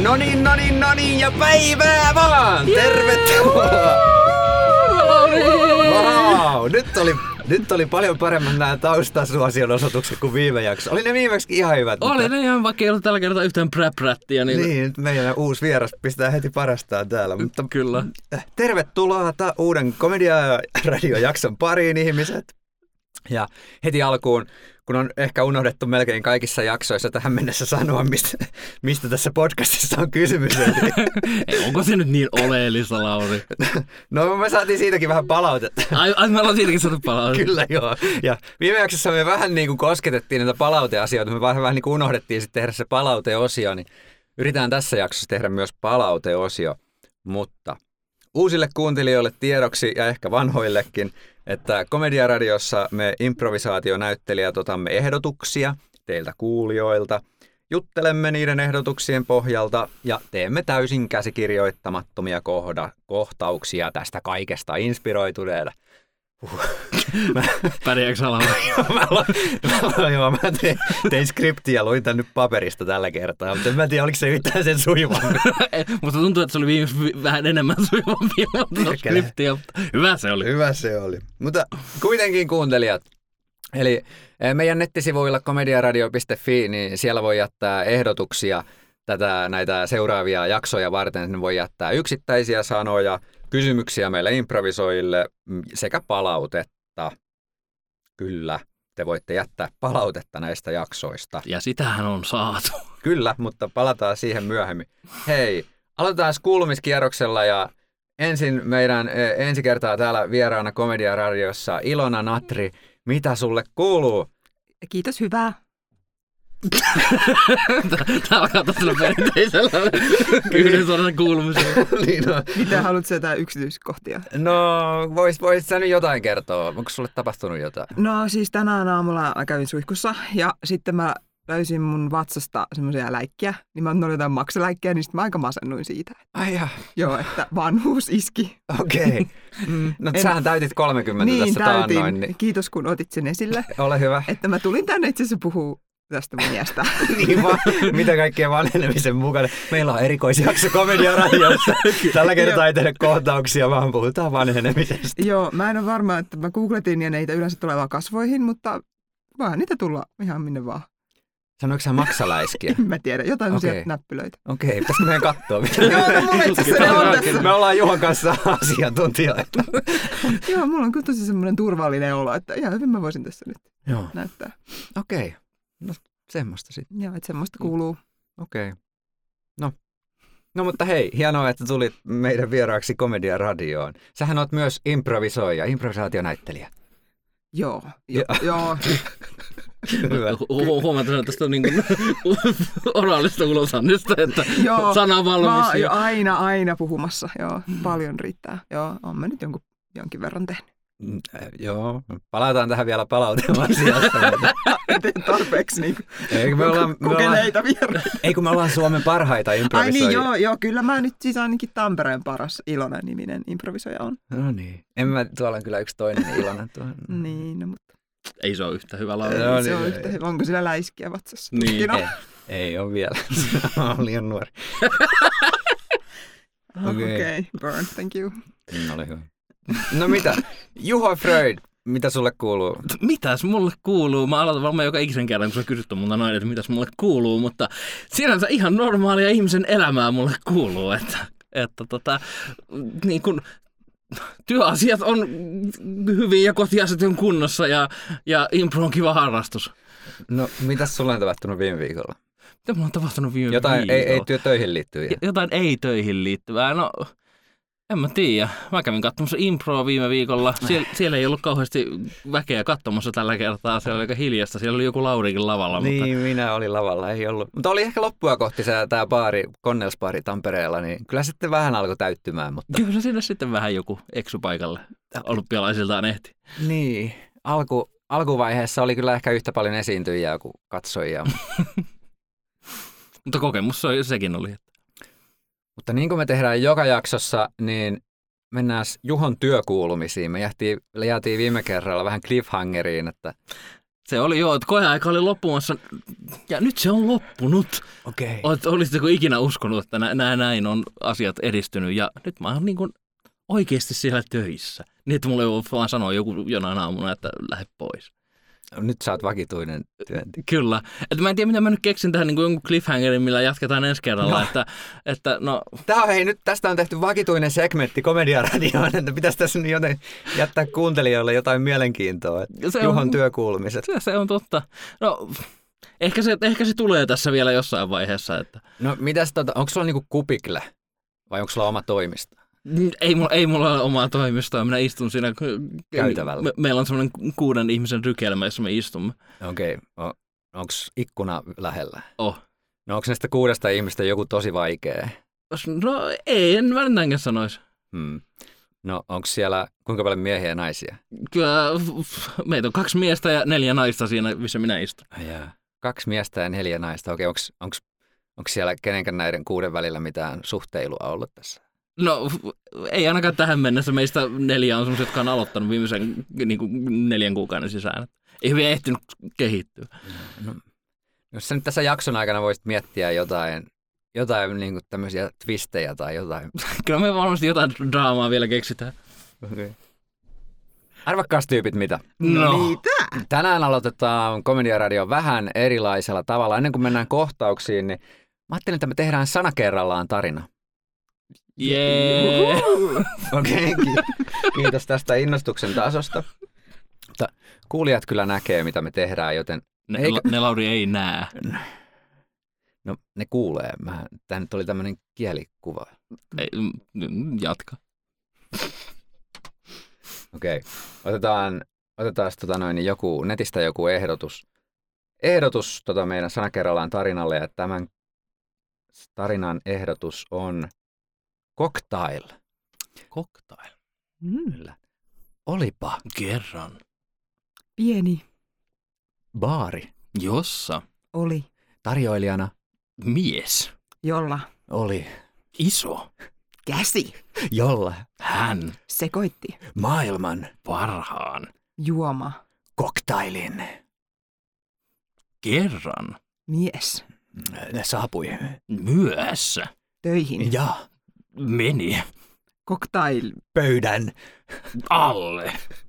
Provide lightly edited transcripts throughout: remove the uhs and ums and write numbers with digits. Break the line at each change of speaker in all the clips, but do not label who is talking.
No niin, ja päivää vaan! Tervetuloa! Wow, nyt oli paljon paremmin nämä taustasuosion osoitukset kuin viime jakso. Oli ne viimeksi ihan hyvät.
Oli ne ihan, vaikka ei ollut tällä kertaa yhtään präprättiä.
Niin, nyt meidän uusi vieras pistää heti parastaan täällä. Mutta
kyllä.
Tervetuloa uuden Komedia-radiojakson pariin, ihmiset. Ja heti alkuun, kun on ehkä unohdettu melkein kaikissa jaksoissa tähän mennessä sanoa, mistä tässä podcastissa on kysymys.
Onko se nyt niin oleellista, Lauri?
No me saatiin siitäkin vähän palautetta.
Ai me ollaan siitäkin saatu palautetta.
Kyllä joo. Ja viime jaksossa me vähän niin kuin kosketettiin näitä palauteasioita. Me vähän niin kuin unohdettiin sitten tehdä se palauteosio, niin yritetään tässä jaksossa tehdä myös palauteosio. Mutta uusille kuuntelijoille tiedoksi ja ehkä vanhoillekin, että Komedia-radiossa me improvisaationäyttelijät otamme ehdotuksia teiltä kuulijoilta, juttelemme niiden ehdotuksien pohjalta ja teemme täysin käsikirjoittamattomia kohtauksia tästä kaikesta inspiroituneena.
Pärjääkö alalla?
Mä tein skriptiä ja luin tän nyt paperista tällä kertaa, mutta en tiedä, oliko se yhtään sen sujuvampi.
Musta tuntuu, että se oli viimeksi vähän enemmän sujuvampi skriptiä, mutta hyvä se oli.
Hyvä se oli. Mutta kuitenkin kuuntelijat, eli meidän nettisivuilla komediaradio.fi, niin siellä voi jättää ehdotuksia näitä seuraavia jaksoja varten. Ne voi jättää yksittäisiä sanoja, kysymyksiä meille improvisoijille sekä palautetta. Kyllä, te voitte jättää palautetta näistä jaksoista.
Ja sitähän on saatu.
Kyllä, mutta palataan siihen myöhemmin. Hei, aloitetaan kuulumiskierroksella ja ensin meidän ensi kertaa täällä vieraana Komedia-radiossa Ilona Natri. Mitä sulle kuuluu?
Kiitos, hyvää.
Tämä alkaa tällä perinteisellä yhden sodan kuulumisella.
Niin on.
Mitä haluatko jotain yksityiskohtia?
No, voisit sä nyt jotain kertoa? Onko sulle tapahtunut jotain?
No siis tänään aamulla mä kävin suihkussa ja sitten mä löysin mun vatsasta semmoisia läikkiä. Niin mä otin jotain maksaläikkiä, niin sitten mä aika masennuin siitä.
Ai ja.
Joo, että vanhuus iski.
Okei. No sähän täytit 30
niin,
tässä taannoin.
Niin. Kiitos kun otit sen esille.
Ole hyvä.
Että mä tulin tänne itse asiassa puhua tästä mun iästä.
Niin vaan, mitä kaikkea vanhenemisen mukana. Meillä on erikoisjakso Komedia-radiossa. Tällä kertaa ei tehdä kohtauksia, vaan puhutaan vanhenemisesta.
Joo, mä en ole varma, että mä googletin ja neitä yleensä tulee vaan kasvoihin, mutta voihan niitä tulla ihan minne vaan.
Sanoiko sä maksaläiskiä?
En mä tiedä, jotain sellaisia näppylöitä.
Okei, pitäisikö meidän katsoa?
Joo, mulla itse asiassa on tässä.
Me ollaan Juhon kanssa asiantuntijoita.
Joo, mulla on kyllä tosi semmoinen turvallinen olo, että ihan hyvin mä voisin tässä nyt näyttää.
Okei. No semmoista sitten.
Joo, että semmoista kuuluu.
Okei. No mutta hei, hienoa, että tulit meidän vieraaksi Komedia-radioon. Sähän oot myös improvisoija, improvisaationäyttelijä.
Joo.
Huomataan, että tästä on niin kuin oraalista ulosannista, että sana valmis.
Aina puhumassa. Joo, paljon riittää. Joo, on mä nyt jonkin verran tehnyt.
Joo, palataan tähän vielä palauteasiasta.
Tarpeeksi niin
kokeneita vieraita. Ei kun me ollaan Suomen parhaita improvisoijia.
Ai niin, joo, kyllä mä nyt siis ainakin Tampereen paras Ilona-niminen improvisoija on.
No niin, tuolla on kyllä yksi toinen Ilona.
Niin, no mutta.
Ei se ole yhtä hyvä laulu.
No, se on yhtä hyvä. Onko sillä läiskiä vatsassa?
Niin.
Ei ole vielä. Olen liian nuori.
Okei, burn, thank you.
Ole hyvä. No mitä? Juho Freud, mitä sulle kuuluu?
Mitäs mulle kuuluu? Mä aloitan varmaan joka ikisen kerran, kun sä kysyt multa noin, että mitäs mulle kuuluu, mutta sinänsä ihan normaalia ihmisen elämää mulle kuuluu, että niin kun työasiat on hyvin ja kotiasiat on kunnossa ja impro on kiva harrastus.
No mitäs sulle on tapahtunut viime viikolla?
Mitä mulla on tapahtunut viime
viikolla?
Jotain
ei töihin liittyviä.
Jotain ei töihin liittyvää. No en mä tiedä. Mä kävin katsomassa improa viime viikolla. Siellä ei ollut kauheasti väkeä katsomassa tällä kertaa. Siellä oli aika hiljasta. Siellä oli joku Laurikin lavalla.
Niin,
mutta
minä olin lavalla. Ei ollut. Mutta oli ehkä loppua kohti tämä baari, Connellsbaari Tampereella. Niin kyllä sitten vähän alkoi täyttymään. Mutta
kyllä sinne sitten vähän joku eksy paikalle. Olympialaisiltaan ehti.
Niin. Alkuvaiheessa oli kyllä ehkä yhtä paljon esiintyjiä kuin katsojia.
Mutta kokemus sekin oli.
Mutta niin kuin me tehdään joka jaksossa, niin mennään Juhon työkuulumisiin. Me jäätiin viime kerralla vähän cliffhangeriin, että
Se oli joo, että koeaika oli loppumassa ja nyt se on loppunut.
Okei.
Olisitteko ikinä uskonut, että näin on asiat edistynyt ja nyt mä oon niin kuin oikeasti siellä töissä. Niin, että mulle ei voi vaan sanoa joku jonain aamuna, että lähde pois.
Nyt sä oot vakituinen työntekijä.
Kyllä. Että mä en tiedä, mitä mä nyt keksin tähän niin kuin jonkun cliffhangerin, millä jatketaan ensi kerralla. No.
Tää on, hei, nyt tästä on tehty vakituinen segmentti Komediaradioon, että pitäisi tässä nyt joten jättää kuuntelijoille jotain mielenkiintoa. Juhon työkuulumiset.
Se on totta. No, ehkä se tulee tässä vielä jossain vaiheessa. Että...
No mitäs onko sulla niinku kupikle vai onko sulla oma toimisto?
Ei mulla ole omaa toimistoa. Minä istun siinä
käytävällä.
Meillä on semmoinen 6 ihmisen rykelmä, jossa me istumme.
Okei. Onko ikkuna lähellä?
Oh.
No onko näistä 6 ihmistä joku tosi vaikea?
No ei, en mä näinkään sanoisi.
No onko siellä kuinka paljon miehiä ja naisia?
Kyllä meitä on 2 miestä ja 4 naista siinä, missä minä istun.
2 miestä ja 4 naista. Okei, onko siellä kenenkään näiden 6 välillä mitään suhteilua ollut tässä?
No ei ainakaan tähän mennessä. Meistä 4 on semmoisia, jotka on aloittanut viimeisen niin kuin 4 kuukauden sisään. Ei vielä ehtinyt kehittyä.
No, jos sä nyt tässä jakson aikana voisit miettiä jotain niin kuin tämmöisiä twistejä tai jotain.
Kyllä me varmasti jotain draamaa vielä keksitään.
Okay. Arvakkaas tyypit mitä?
No.
Mitä?
Tänään aloitetaan Komediaradio vähän erilaisella tavalla. Ennen kuin mennään kohtauksiin, niin mä ajattelin, että me tehdään sana kerrallaan tarina.
Jee!
Okei, kiitos tästä innostuksen tasosta. Mutta kuulijat kyllä näkee, mitä me tehdään, joten...
Ne Lauri ei näe.
No, ne kuulee. Tämä nyt oli tämmöinen kielikuva.
Ei, jatka.
Okei. Otetaan netistä joku ehdotus. Ehdotus meidän sana kerrallaan tarinalle, ja tämän tarinan ehdotus on cocktail.
Cocktail.
Kyllä. Olipa.
Kerran.
Pieni.
Baari.
Jossa.
Oli.
Tarjoilijana.
Mies.
Jolla.
Oli.
Iso.
Käsi.
Jolla.
Hän.
Sekoitti.
Maailman.
Parhaan.
Juoma.
Cocktailin.
Kerran.
Mies.
Ne saapui.
Myöhässä.
Töihin.
Ja.
Meni.
Cocktail.
Pöydän.
Alle.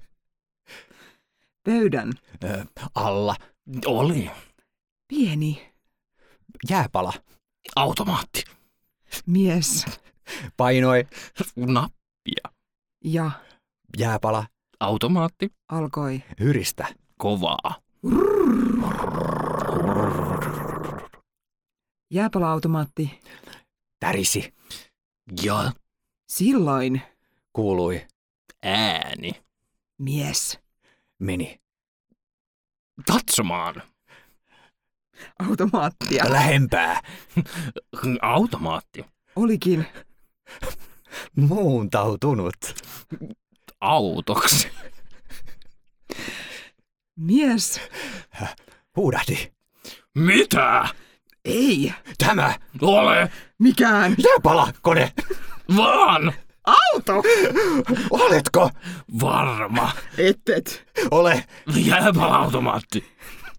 Pöydän.
Alla.
Oli.
Pieni.
Jääpala.
Automaatti.
Mies.
Painoi.
Nappia.
Ja.
Jääpala.
Automaatti.
Alkoi.
Hyristä.
Kovaa.
Jääpala-automaatti.
Tärisi.
Ja.
Silloin.
Kuului.
Ääni.
Mies.
Meni.
Katsomaan.
Automaattia.
Lähempää.
Automaatti.
Olikin.
Muuntautunut.
Autoksi.
Mies.
Huudahti.
Mitä?
Ei.
Tämä.
Ole.
Mikään.
Jääpala. Kone.
Vaan.
Auto.
Oletko?
Varma.
Et.
Ole.
Jääpala-automaatti.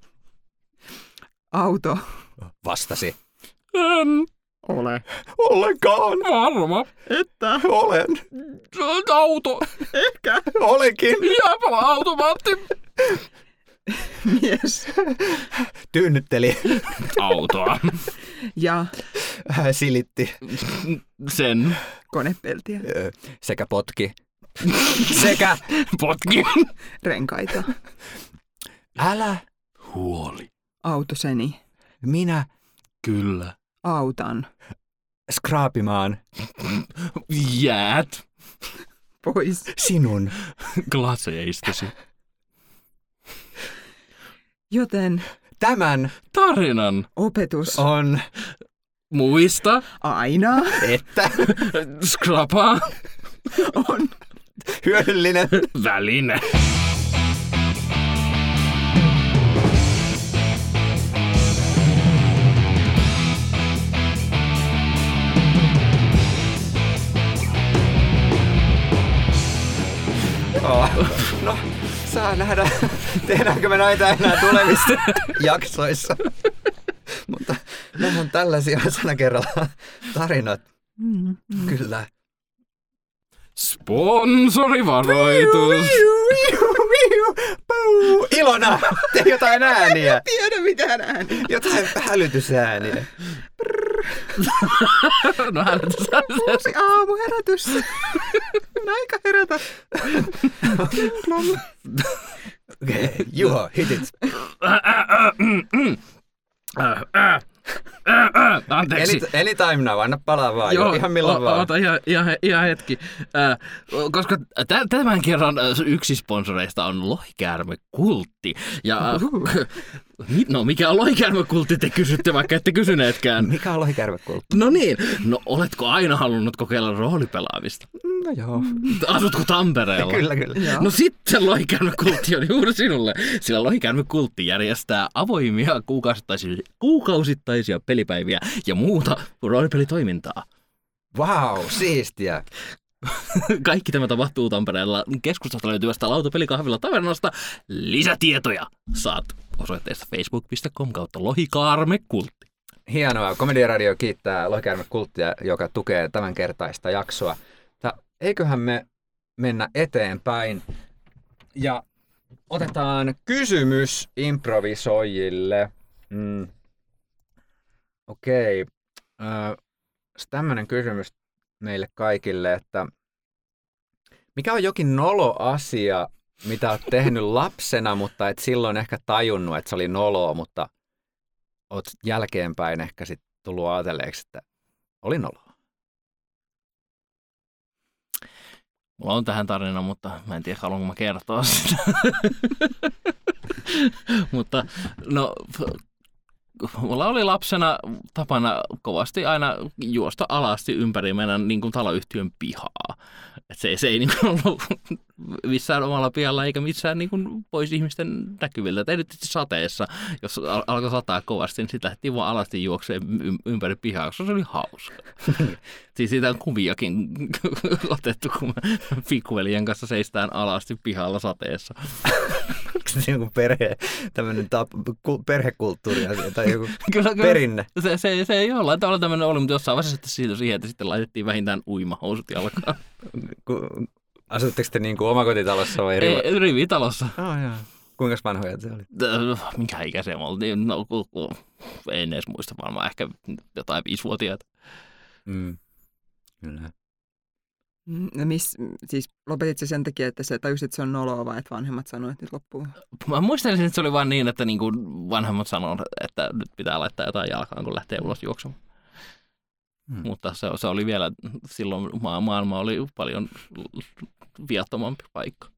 Auto.
Vastasi.
En
Ole.
Ollenkaan.
varma.
Että.
Olen.
Auto.
Ehkä.
Olenkin.
Jääpala-automaatti.
Mies.
Tyynnytteli.
Autoa.
Ja.
Silitti.
Sen.
Konepeltiä.
Sekä potki. Sekä
Potki.
Renkaita.
älä.
Huoli.
Autoseni.
Minä
Kyllä.
Autan.
skraapimaan
Jäät.
Pois.
sinun
Glaseistasi.
Joten
tämän
Tarinan.
opetus
on,
Muista.
aina
että
Skrapaa.
on
hyödyllinen.
Väline.
No, saa nähdä, tehdäänkö me näitä enää tulevissa jaksoissa. Mutta nämä on tällaisia sana kerrallaan tarinat. Kyllä.
Sponsorivaroitus.
Ilona, tee jotain ääniä.
En tiedä mitään ääniä.
Jotain hälytysääniä.
No hälytysääniä.
Uusi aamuherätys. On aika herätä.
Okei, Juho, hit it.
Anteeksi.
Anytime now, anna palaa vaan.
Joo,
ihan milloin vaan.
Ota ihan hetki. Koska tämän kerran yksi sponsoreista on Lohikäärmekultti. Ja no mikä on Lohikäärmekultti, te kysytte, vaikka ette kysyneetkään.
Mikä on Lohikäärmekultti?
No niin, no oletko aina halunnut kokeilla roolipelaamista?
No joo.
Asutko Tampereella?
Kyllä.
No sitten Lohikäärmekultti on juuri sinulle, sillä Lohikäärmekultti järjestää avoimia kuukausittaisia pelipäiviä ja muuta roolipelitoimintaa.
Vau, siistiä.
Kaikki tämä tapahtuu Tampereella keskustasta löytyvästä lautapelikahvilla tavernasta. Lisätietoja saat osoitteesta facebook.com/Lohikäärmekultti.
Hienoa. Komediaradio kiittää Lohikäärmekulttia, joka tukee tämän kertaista jaksoa. Eiköhän me mennä eteenpäin ja otetaan kysymys improvisoijille. Okei. Tämmöinen kysymys meille kaikille, että mikä on jokin nolo asia, mitä olet tehnyt lapsena, mutta et silloin ehkä tajunnut, että se oli noloa, mutta olet jälkeenpäin ehkä sitten tullut ajatelleeksi, että oli noloa.
Mulla on tähän tarina, mutta mä en tiedä, haluanko mä kertoa sitä. Mutta no, mulla oli lapsena tapana kovasti aina juosta alasti ympäri meidän niin kuin taloyhtiön pihaa. Et se ei niin kuin ollut missään omalla pihalla eikä missään niin kuin pois ihmisten näkyviltä. Et erityisesti sateessa, jos alkoi sataa kovasti, niin sitten lähdettiin vaan alasti juokseen ympäri pihaa, koska se oli hauska. Siis siitä on kuviakin otettu, kun pikkuveljen kanssa seistään alasti pihalla sateessa.
Onko se joku tämmöinen perhekulttuuri tai joku
kyllä,
perinne?
Se ei jollain tavalla tämmöinen oli, mutta jossain vaiheessa siitä siihen, että sitten laitettiin vähintään uimahousut jalkaan.
Asutteko te niin kuin omakotitalossa vai
rivitalossa?
Kuinka vanhoja se oli?
Minkä ikäisiä me oltiin? No, en edes muista, varmaan ehkä jotain 5-vuotiaita.
Kyllä.
Siis lopetit se sen takia, että sä tajusit, että se on noloa, vai että vanhemmat sanoivat, että nyt loppuu?
Mä muistelisin, että se oli vaan niin, että niin kuin vanhemmat sanoivat, että nyt pitää laittaa jotain jalkaan, kun lähtee ulos juoksemaan. Mutta se oli vielä, silloin maailma oli paljon viattomampi paikka.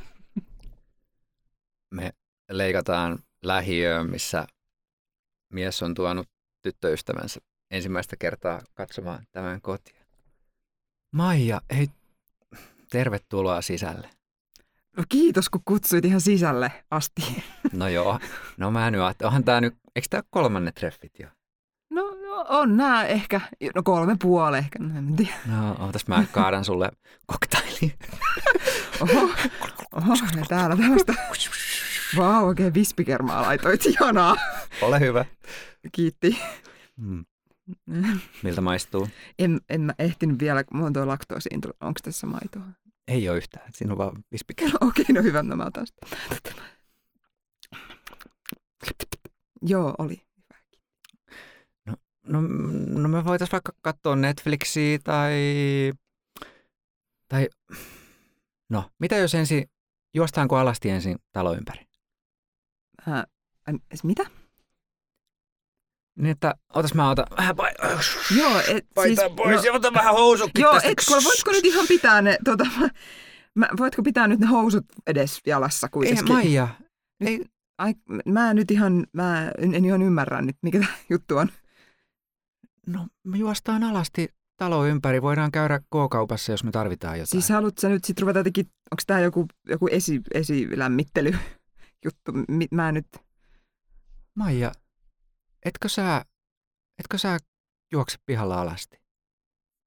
Me leikataan lähiöön, missä mies on tuonut tyttöystävänsä ensimmäistä kertaa katsomaan tämän kotia. Maija, hei, tervetuloa sisälle.
No kiitos, kun kutsuit ihan sisälle asti.
No joo, no mä nyt ajattelin, onhan tää nyt, eikö tää ole 3. treffit jo?
No on nää ehkä, no 3,5 ehkä, no en tiedä.
No ootas mä kaadan sulle koktailiin.
Oho, ja täällä tällaista, vau, oikein vispikermaa laitoit, ihanaa.
Ole hyvä.
Kiitti.
Miltä maistuu?
En mä ehtinyt vielä, mulla on tuo laktoosiin, onko tässä maitoa?
Ei ole yhtään, siinä on vaan vispikermaa.
Okei, no hyvä, no mä otan sitä. Joo, oli.
No me voitaisiin vaikka katsoa Netflixiä tai no, mitä jos juostaanko alasti ensin talo ympäri?
Mitä?
Niin, että mä otan vähän paitaa pois ja otan vähän housukki tästä.
Joo, voitko nyt ihan pitää ne, voitko pitää nyt ne housut edes jalassa kuitenkin?
Ei, Maija.
Mä en ihan ymmärrä nyt, mikä tämä juttu on.
No, me juostaan alasti talo ympäri. Voidaan käydä K-kaupassa, jos me tarvitaan jotain.
Siis haluatko sä nyt sit ruveta jotenkin, onko tää joku esilämmittely juttu? Mä nyt...
Maija, etkö sä juokse pihalla alasti?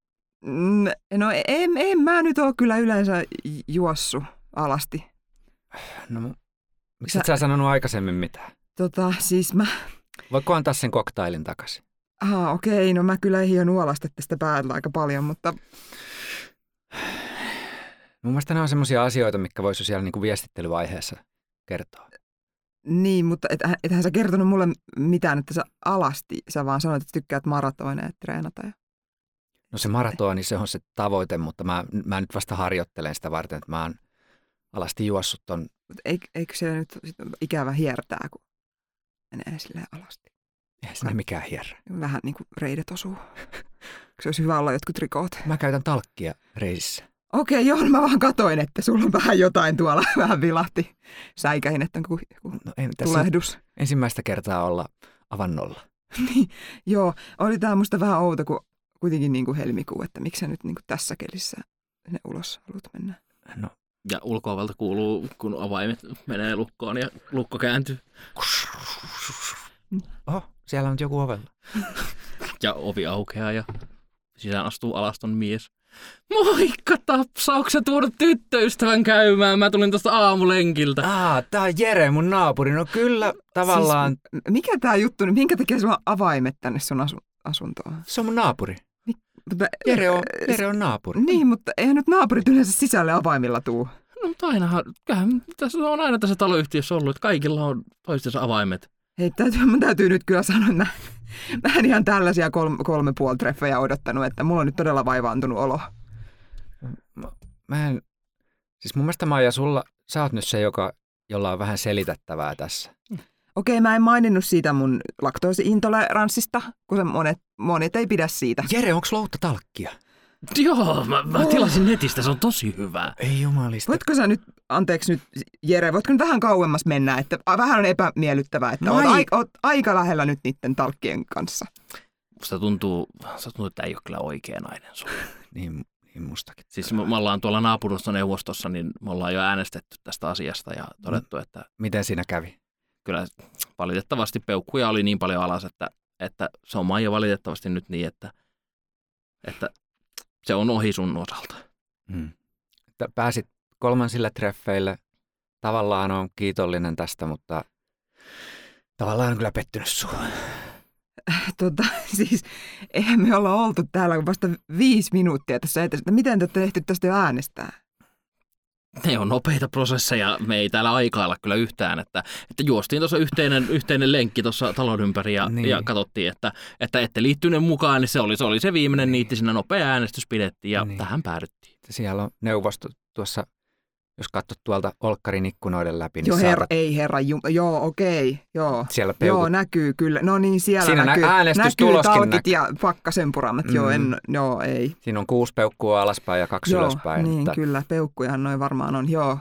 No en mä nyt ole kyllä yleensä juossu alasti.
No, miksi et sä sanonut aikaisemmin mitään?
Siis mä...
Voitko antaa sen koktailin takaisin?
Okei, no mä kyllä hion nuolasta tästä päällä aika paljon, mutta...
Mun mielestä nämä on semmoisia asioita, mitkä voisi siellä niin kuin viestittelyvaiheessa kertoa.
Niin, mutta ethän sä kertonut mulle mitään, että sä alasti. Sä vaan sanoit, että tykkäät maratoneja ja treenata.
No se maratoni, se on se tavoite, mutta mä nyt vasta harjoittelen sitä varten, että mä oon alasti juossut ton.
Eikö se nyt sit ikävä hiertää, kun menee silleen alasti?
Eihän sinne mikään hierrä.
Vähän niin kuin reidet osuu. Se olisi hyvä olla jotkut rikoot.
Mä käytän talkkia reisissä.
Okei, joo, mä vaan katoin, että sulla on vähän jotain tuolla. Vähän vilahti säikähin, että on tulehdus.
Ensimmäistä kertaa olla avannolla.
Niin, joo, oli tää musta vähän outo, kun kuitenkin niin kuin helmikuu, että miksi sä nyt niin kuin tässä kelissä ne ulos haluat mennä.
No.
Ja ulko-ovelta kuuluu, kun avaimet menee lukkoon ja lukko kääntyy.
Oho, siellä on joku ovella.
Ja ovi aukeaa ja sisään astuu alaston mies. Moikka Tapsa, onko sä tuonut tyttöystävän käymään? Mä tulin tuosta aamulenkiltä.
Tää on Jere, mun naapuri. No kyllä, tavallaan.
Siis, mikä tää juttu, minkä takia sulla on avaimet tänne sun asuntoon?
Se on mun naapuri.
Mutta,
Jere on naapuri.
Niin, mutta eihän nyt naapurit yleensä sisälle avaimilla tuu.
No mutta ainahan, tässä on aina tässä taloyhtiössä ollut, että kaikilla on toistensa avaimet.
Hei, mun täytyy nyt kyllä sanoa, että mä en ihan tällaisia 3,5 treffejä odottanut, että mulla on nyt todella vaivaantunut olo.
Siis mun mielestä Maija, sä oot nyt se, jolla on vähän selitettävää tässä.
Okei, mä en maininnut siitä mun laktoosiintoleranssista, kun monet ei pidä siitä.
Jere, onks louttatalkkia?
Joo, mä tilasin netistä, se on tosi hyvä.
Ei jumalista.
Voitko sä nyt, anteeksi nyt Jere, voitko nyt vähän kauemmas mennä, että vähän on epämiellyttävää, että oot aika lähellä nyt niiden talkkien kanssa.
Musta tuntuu, että ei ole kyllä oikea nainen sulle.
Niin mustakin.
Siis me ollaan tuolla naapurustoneuvostossa, niin me ollaan jo äänestetty tästä asiasta ja todettu, että...
Miten siinä kävi?
Kyllä valitettavasti peukkuja oli niin paljon alas, että se on Maija valitettavasti nyt niin, että se on ohi sun osalta.
Pääsit kolmansille treffeille. Tavallaan on kiitollinen tästä, mutta tavallaan on kyllä pettynyt suhun.
Siis eihän me olla oltu täällä vasta 5 minuuttia tässä eteen, että miten te olette ehtinyt tästä jo äänestää?
Ne on nopeita prosesseja, me ei täällä aikailla kyllä yhtään, että juostiin tuossa yhteinen lenkki tuossa talon ympäri ja katsottiin, että ette liittyneet mukaan, niin se oli se viimeinen niitti, siinä nopea äänestys pidettiin ja tähän päädyttiin.
Siellä on neuvosto tuossa, jos katsot tuolta olkkarin ikkunoiden läpi.
Niin joo, okei, joo.
Siellä peukut.
Joo, näkyy kyllä. No niin, siellä
siinä
näkyy talkit ja pakkasenpuramat, ei.
Siinä on 6 peukkua alaspäin ja 2 ylöspäin.
Niin, kyllä, peukkujahan noin varmaan on, joo.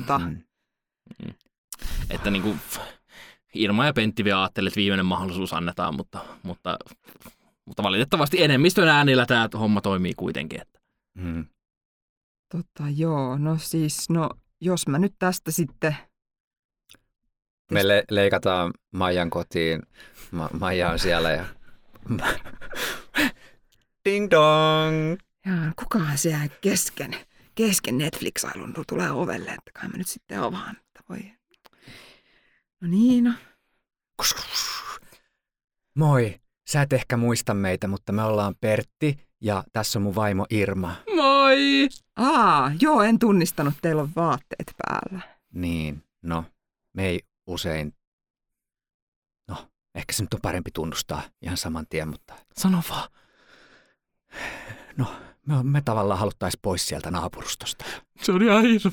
Että niin kuin Irma ja Pentti vielä ajattelivat, että viimeinen mahdollisuus annetaan, mutta valitettavasti enemmistön äänillä tämä homma toimii kuitenkin. Että.
Joo, no siis, jos mä nyt tästä sitten...
Me leikataan Maijan kotiin. Maija on siellä ja... Ding dong!
Jaa, kukaan siellä kesken Netflix-ailun tulee ovelle, että kai mä nyt sitten avaan. Voi. No niin.
Moi, sä et ehkä muista meitä, mutta me ollaan Pertti ja tässä on mun vaimo Irma.
Moi!
Joo, en tunnistanut, teillä on vaatteet päällä.
Niin, no, me ei usein... No, ehkä se nyt on parempi tunnustaa ihan saman tien, mutta...
Sano vaan.
No, me tavallaan haluttaisiin pois sieltä naapurustosta.
Se on ihan hirveä.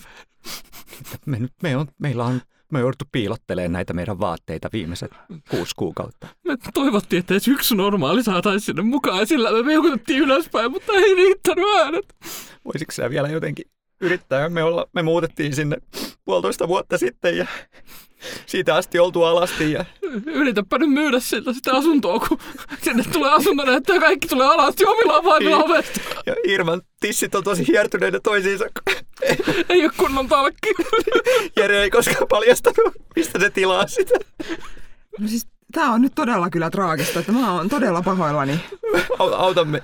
Me on jouduttu piilottelemaan näitä meidän vaatteita viimeiset 6 kuukautta.
Me toivottiin, että yksi normaali saataisiin sinne mukaan, sillä me meukutettiin ylöspäin, mutta ei riittänyt äänet.
Voisitko sä vielä jotenkin yrittää? Me muutettiin sinne 1,5 vuotta sitten ja siitä asti oltu alasti. Ja...
Yritäpä nyt myydä siltä sitä asuntoa, kun sinne tulee asunto, että kaikki tulee alasti omilla vaimilla ovesta.
Ja Irman tissit on tosi hiertyneitä toisiinsa.
Ei ole kunnon talkki.
Jere ei koskaan paljastanut, mistä se tilaa sitä.
No siis tää on nyt todella kyllä traagista, että mä oon todella pahoillani.
Autamme.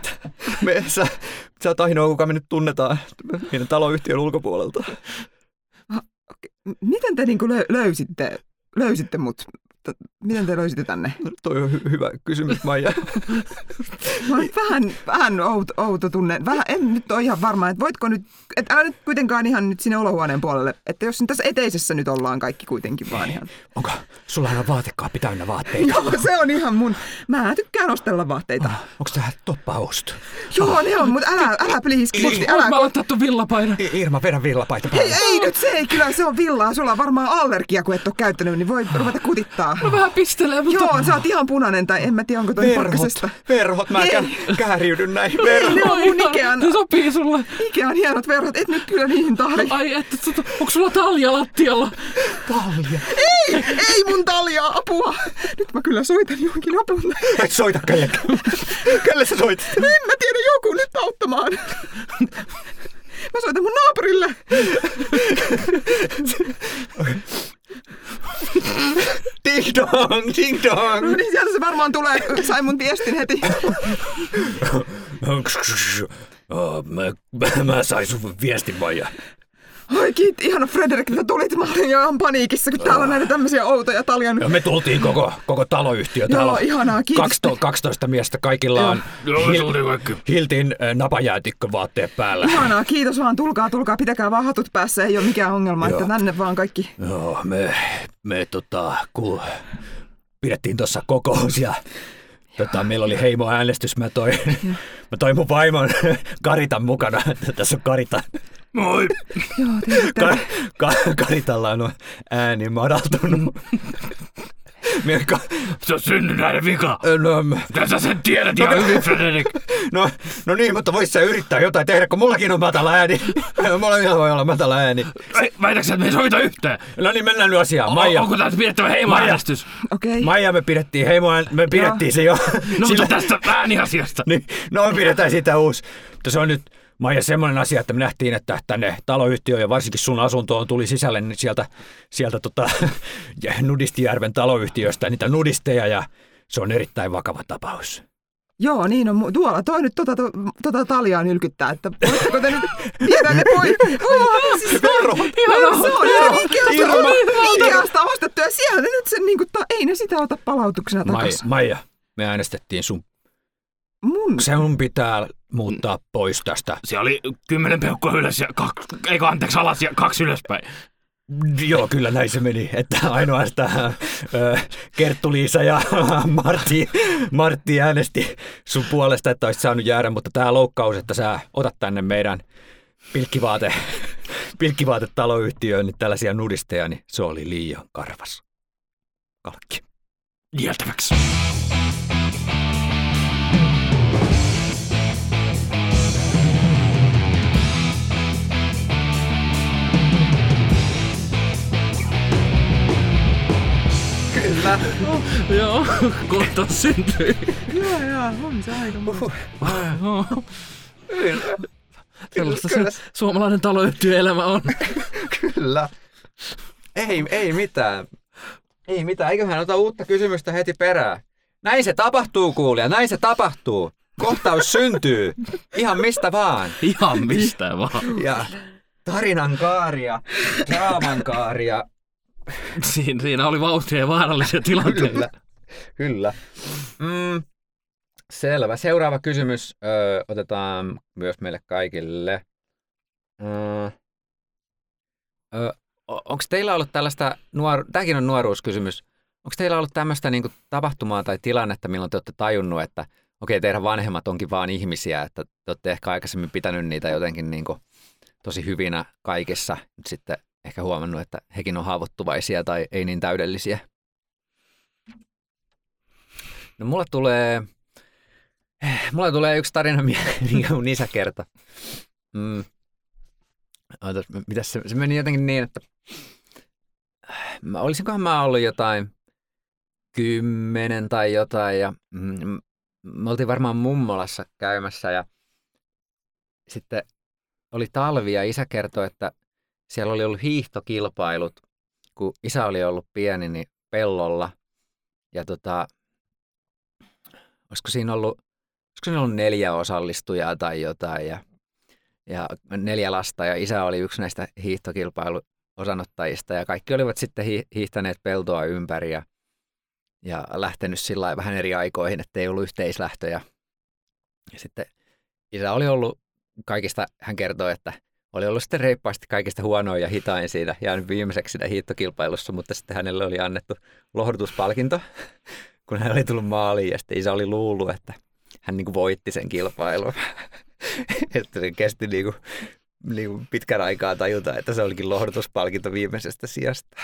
Sä oot ainoa, kuka me nyt tunnetaan meidän taloyhtiön ulkopuolelta.
Miten te niinku löysitte mut? Miten te löysitte tänne?
Toi on hyvä kysymys, Maija.
Mä oon vähän outo tunne. En nyt ole ihan varma, että voitko nyt, että älä nyt kuitenkaan ihan nyt sinne olohuoneen puolelle. Että jos tässä eteisessä nyt ollaan kaikki kuitenkin vaan ihan.
Onko sulla aina vaatekaappi täynnä vaatteita?
Joo, se on ihan mä tykkään ostella vaatteita.
Onko tää toppahousut?
Joo, ne on, mutta älä please, Kirsti, älä.
Mä oon tattu villapaita.
Irma, vedä villapaita päälle.
Ei nyt, se ei kyllä, se on villaa. Sulla on varmaan allergia, kun et ole käyttänyt, niin voi ruveta kutittaa.
Mä vähän pistelee, mutta...
Joo, sä oot ihan punainen, tai en mä tiedä, onko toi pakkasesta.
Verhot, mä kääriydyn näihin
Ei,
verhoihin.
ne on mun Ikean.
Ne sopii sulle.
Ikean hienot verhot, et nyt kyllä niihin tahdi.
Ai, onko sulla talja lattialla?
Talja.
Ei mun taljaa, apua. Nyt mä kyllä soitan johonkin apuun.
Et soita kellekään. Kelle sä soitat?
En mä tiedä, joku nyt auttamaan. Mä soitan mun naapurille.
Ding dong, ding dong.
No niin, sieltä se varmaan tulee. Sai mun tiestin heti.
Mä sain sun viestin, Maija.
Oi kiitti, ihana Frederik, että tulit. Mä olin ihan paniikissa, kun täällä on näitä tämmöisiä outoja taljan.
Ja me tultiin koko taloyhtiö. Täällä
Joo, ihanaa, kiitos.
12 miestä, kaikilla on Hiltin napajäätikkövaatteet päällä.
Ihanaa, kiitos vaan, tulkaa, pitäkää vaan hatut päässä, ei ole mikään ongelma,
Joo.
että tänne vaan kaikki.
Joo, kun pidettiin tuossa kokous ja meillä oli heimoäänestys, mä toin mun vaimon Karitan mukana. Tässä on Karita. Moi!
Joo, tiedätte.
Karitalla on ääni madaltunut.
Se on synnynnäinen vika.
No,
Tässä sen tiedät ihan hyvin, Frederik.
no niin, mutta vois sä yrittää jotain tehdä, kun mullakin on matala ääni. Molemmilla voi olla matala ääni.
Väitäksä, että me ei sovita yhteen?
No niin, mennään nyt asiaan. Maija.
Onko tässä pidettävä heimoäänestys?
Okei.
Maija, me pidettiin se jo.
No mutta tästä ääniasiasta.
Niin, no me pidetään sitä uusi. Mutta se on nyt, Maija, semmoinen asia, että me nähtiin, että tänne taloyhtiöön ja varsinkin sun asuntoon tuli sisälle niin sieltä Nudistijärven taloyhtiöstä niitä nudisteja ja se on erittäin vakava tapaus.
Joo, niin on. Tuolla toi nyt tota taljaa nylkyttää, että voitteko te nyt viedä ne pois? Se on ihan Ikeasta ostettu ja siellä ne nyt sen niinku, ei ne sitä ota palautuksena takaisin.
Maija, me äänestettiin sun. Sun pitää muuttaa pois tästä.
Siellä oli 10 peukkua ylös ja alas ja 2 ylöspäin.
Joo, kyllä näin se meni, että ainoastaan Kerttu-Liisa ja Martti äänesti sun puolesta, että olisit saanut jäädä, mutta tämä loukkaus, että sä otat tänne meidän pilkkivaatetaloyhtiöön niin tällaisia nudisteja, niin se oli liian karvas kalkki.
Nieltäväksi.
Kyllä.
Joo, kohta syntyi.
Joo, on se aika
Sellaista se suomalainen taloyhtiöelämä on.
Kyllä. Ei mitään. Ei mitään. Eiköhän ota uutta kysymystä heti perään. Näin se tapahtuu, kuulija. Näin se tapahtuu. Kohtaus syntyy. Ihan mistä vaan.
Ihan mistä vaan.
Ja tarinan kaaria, draaman kaaria.
Siinä oli vauhtia ja vaarallisia tilanteita.
Kyllä. Selvä. Seuraava kysymys otetaan myös meille kaikille. Onko teillä ollut tällaista, tämäkin on nuoruuskysymys, onko teillä ollut tämmöistä niinku tapahtumaa tai tilannetta, milloin te olette tajunnut, että okei, teidän vanhemmat onkin vaan ihmisiä, että te olette ehkä aikaisemmin pitänyt niitä jotenkin niinku tosi hyvinä kaikessa, nyt sitten ehkä huomannut, että hekin on haavoittuvaisia tai ei niin täydellisiä? No mulla tulee yksi tarina, minkä mun isä kertoi. Mitäs se meni jotenkin niin, että olisinkohan mä ollut jotain 10 tai jotain ja me oltiin varmaan mummolassa käymässä ja sitten oli talvi ja isä kertoi, että siellä oli ollut hiihtokilpailut, kun isä oli ollut pieni niin pellolla ja olisiko siinä ollut 4 osallistujaa tai jotain ja 4 lasta ja isä oli yksi näistä osanottajista ja kaikki olivat sitten hiihtäneet peltoa ympäri ja lähtenyt sillä lailla vähän eri aikoihin, ettei ollut yhteislähtöjä. Ja sitten isä oli ollut kaikista, hän kertoi, että oli ollut sitten reippaasti kaikista huonoin ja hitain siinä, jäänyt viimeiseksi siinä hiihtokilpailussa, mutta sitten hänelle oli annettu lohdutuspalkinto, kun hän oli tullut maaliin ja sitten isä oli luullut, että hän niin kuin voitti sen kilpailun. Että se kesti niin kuin pitkän aikaa tajuta, että se olikin lohdutuspalkinto viimeisestä sijasta.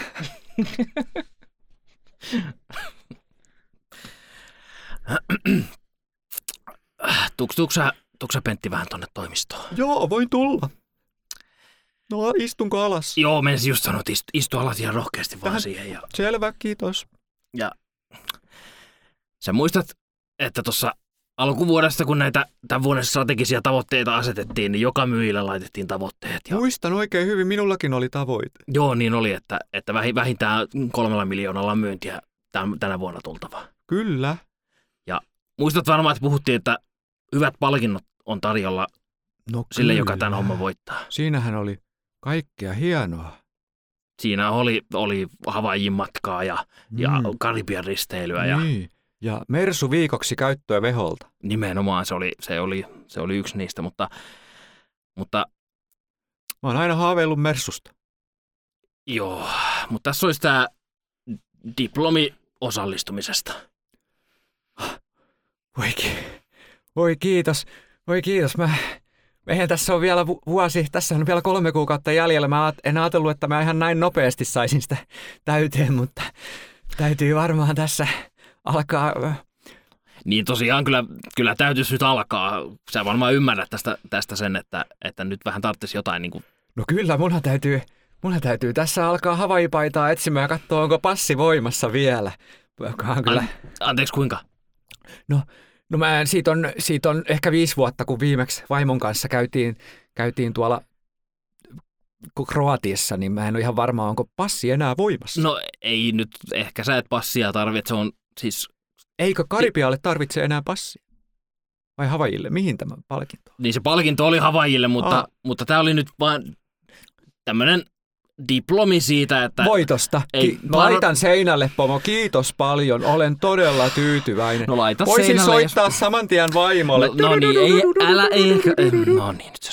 Tuuks sä Pentti vähän tonne toimistoon?
Joo, voin tulla. No, istunko alas?
Joo, menisin just sanoa, että istu alas ihan rohkeasti vaan siihen. Ja...
Selvä, kiitos.
Ja sä muistat, että tuossa alkuvuodesta, kun näitä tämän vuoden strategisia tavoitteita asetettiin, niin joka myyjille laitettiin tavoitteet. Ja...
Muistan oikein hyvin, minullakin oli tavoite.
Joo, niin oli, että vähintään 3 miljoonalla myyntiä tänä vuonna tultava.
Kyllä.
Ja muistat varmaan, että puhuttiin, että hyvät palkinnot on tarjolla sille, joka tämän homman voittaa.
Siinähän oli kaikkea hienoa.
Siinä oli Havaijin matkaa ja Karibian risteilyä.
Niin. Ja Mersu viikoksi käyttöä Veholta.
Nimenomaan se oli yksi niistä, mutta...
Mä oon aina haaveillut Mersusta.
Joo, mutta tässä olisi tämä diplomi osallistumisesta.
Voi kiitos. Eihän tässä ole vielä vuosi, tässä on vielä 3 kuukautta jäljellä. Mä en ajatellut, että mä ihan näin nopeasti saisin sitä täyteen, mutta täytyy varmaan tässä alkaa.
Niin tosiaan kyllä täytyisi nyt alkaa. Sä varmaan ymmärrät tästä sen, että nyt vähän tarvitsisi jotain niin kuin...
No kyllä, munhan täytyy tässä alkaa Havaijipaitaa etsimään ja katsoa, onko passi voimassa vielä. Kyllä.
Anteeksi, kuinka?
No siitä on ehkä 5 vuotta, kun viimeksi vaimon kanssa käytiin tuolla Kroatiassa, niin mä en ole ihan varma, onko passi enää voimassa.
No ei nyt, ehkä sä et passia tarvitse, se on siis...
Eikö Karibialle tarvitse enää passia? Vai Havaijille? Mihin tämä palkinto on?
Niin se palkinto oli Havaijille, mutta tämä oli nyt vaan tämmöinen diplomi siitä, että...
Voitosta. Laitan seinälle, pomo. Kiitos paljon. Olen todella tyytyväinen.
No laita
voisin
seinälle,
soittaa saman tien vaimolle.
No niin, älä ehkä... No niin, nyt se...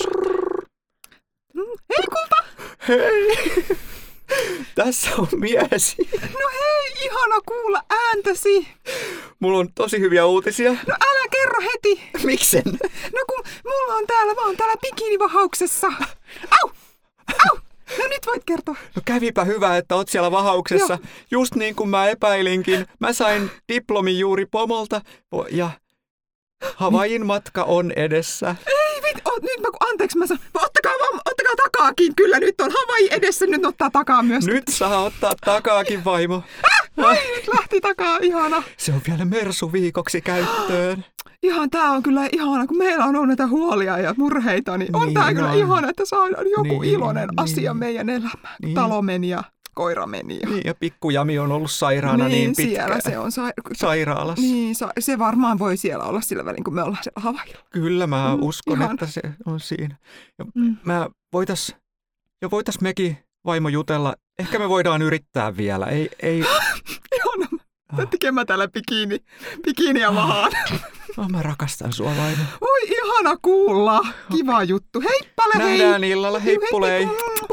Hei kulta!
Hei! Tässä on mies.
No hei, ihana kuulla ääntäsi.
Mulla on tosi hyviä uutisia.
No älä kerro heti.
Miksen?
No kun mä oon täällä bikinivahauksessa. Au! No nyt voit kertoa.
No kävipä hyvä, että oot siellä vahauksessa. Joo. Just niin kuin mä epäilinkin. Mä sain diplomin juuri pomolta ja Havaijin matka on edessä.
Ei nyt anteeksi mä sanon. Ottakaa takaakin. Kyllä nyt on Havaiji edessä, nyt ottaa takaa myös.
Nyt saa ottaa takaakin, vaimo.
Nyt lähti takaa, ihana.
Se on vielä Mersu viikoksi käyttöön.
Ihan tää on kyllä ihana, kun meillä on näitä huolia ja murheita, niin on tää kyllä ihana, että saadaan joku iloinen asia meidän elämään. Niin. Talo meni ja koira meni.
Niin, ja pikku Jami on ollut sairaana niin pitkään.
Siellä se on
sairaalassa.
Niin, se varmaan voi siellä olla sillä välin, kun me ollaan siellä Havaijilla.
Kyllä, mä uskon, että se on siinä. Ja mä voitais mekin, vaimo, jutella. Ehkä me voidaan yrittää vielä. Ei.
Ihana. Tekemään täällä bikiniä mahaan.
Mä rakastan sua, vaimo.
Oi, ihana kuulla. Kiva juttu. Heippale, hei.
Nähdään illalla. Heippulei.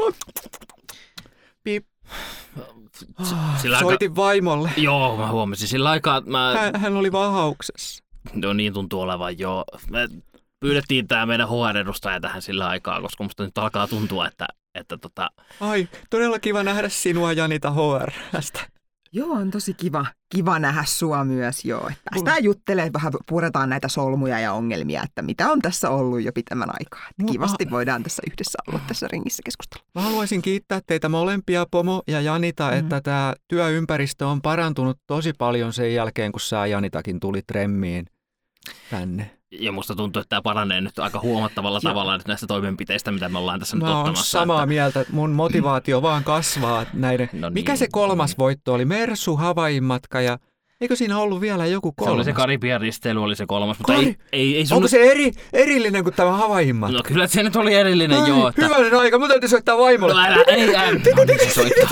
Pip. Soitin vaimolle.
Joo, mä huomasin. Sillä aikaa
Hän oli vahauksessa.
No niin tuntuu olevan, joo. Me pyydettiin tää meidän HR-edustaja tähän sillä aikaa, koska musta nyt alkaa tuntua, että
Ai, todella kiva nähdä sinua, Janita HR:stä.
Joo, on tosi kiva nähdä sua myös, joo. Päästään juttelemaan, vähän puretaan näitä solmuja ja ongelmia, että mitä on tässä ollut jo pitemmän aikaa. Kivasti voidaan tässä yhdessä olla tässä ringissä keskustella.
Mä haluaisin kiittää teitä molempia, Pomo ja Janita, että tämä työympäristö on parantunut tosi paljon sen jälkeen, kun sä, Janitakin, tulit remmiin tänne.
Ja musta tuntuu, että tämä paranee nyt aika huomattavalla tavalla nyt näistä toimenpiteistä, mitä me ollaan tässä nyt ottamassa.
Mä oon samaa mieltä, mun motivaatio vaan kasvaa näiden. No niin, mikä se 3. voitto oli? Mersu, Havaijin matka ja Eikö siinä ollut vielä joku kolmas?
Se oli se Karibian risteily, oli se kolmas, mutta ei
Onko se erillinen kuin tämä Havaijin matka?
No kyllä se nyt oli erillinen, joo. Että...
Hyvänen aika, mun täytyy soittaa vaimolle.
No älä, ei, se soittaa.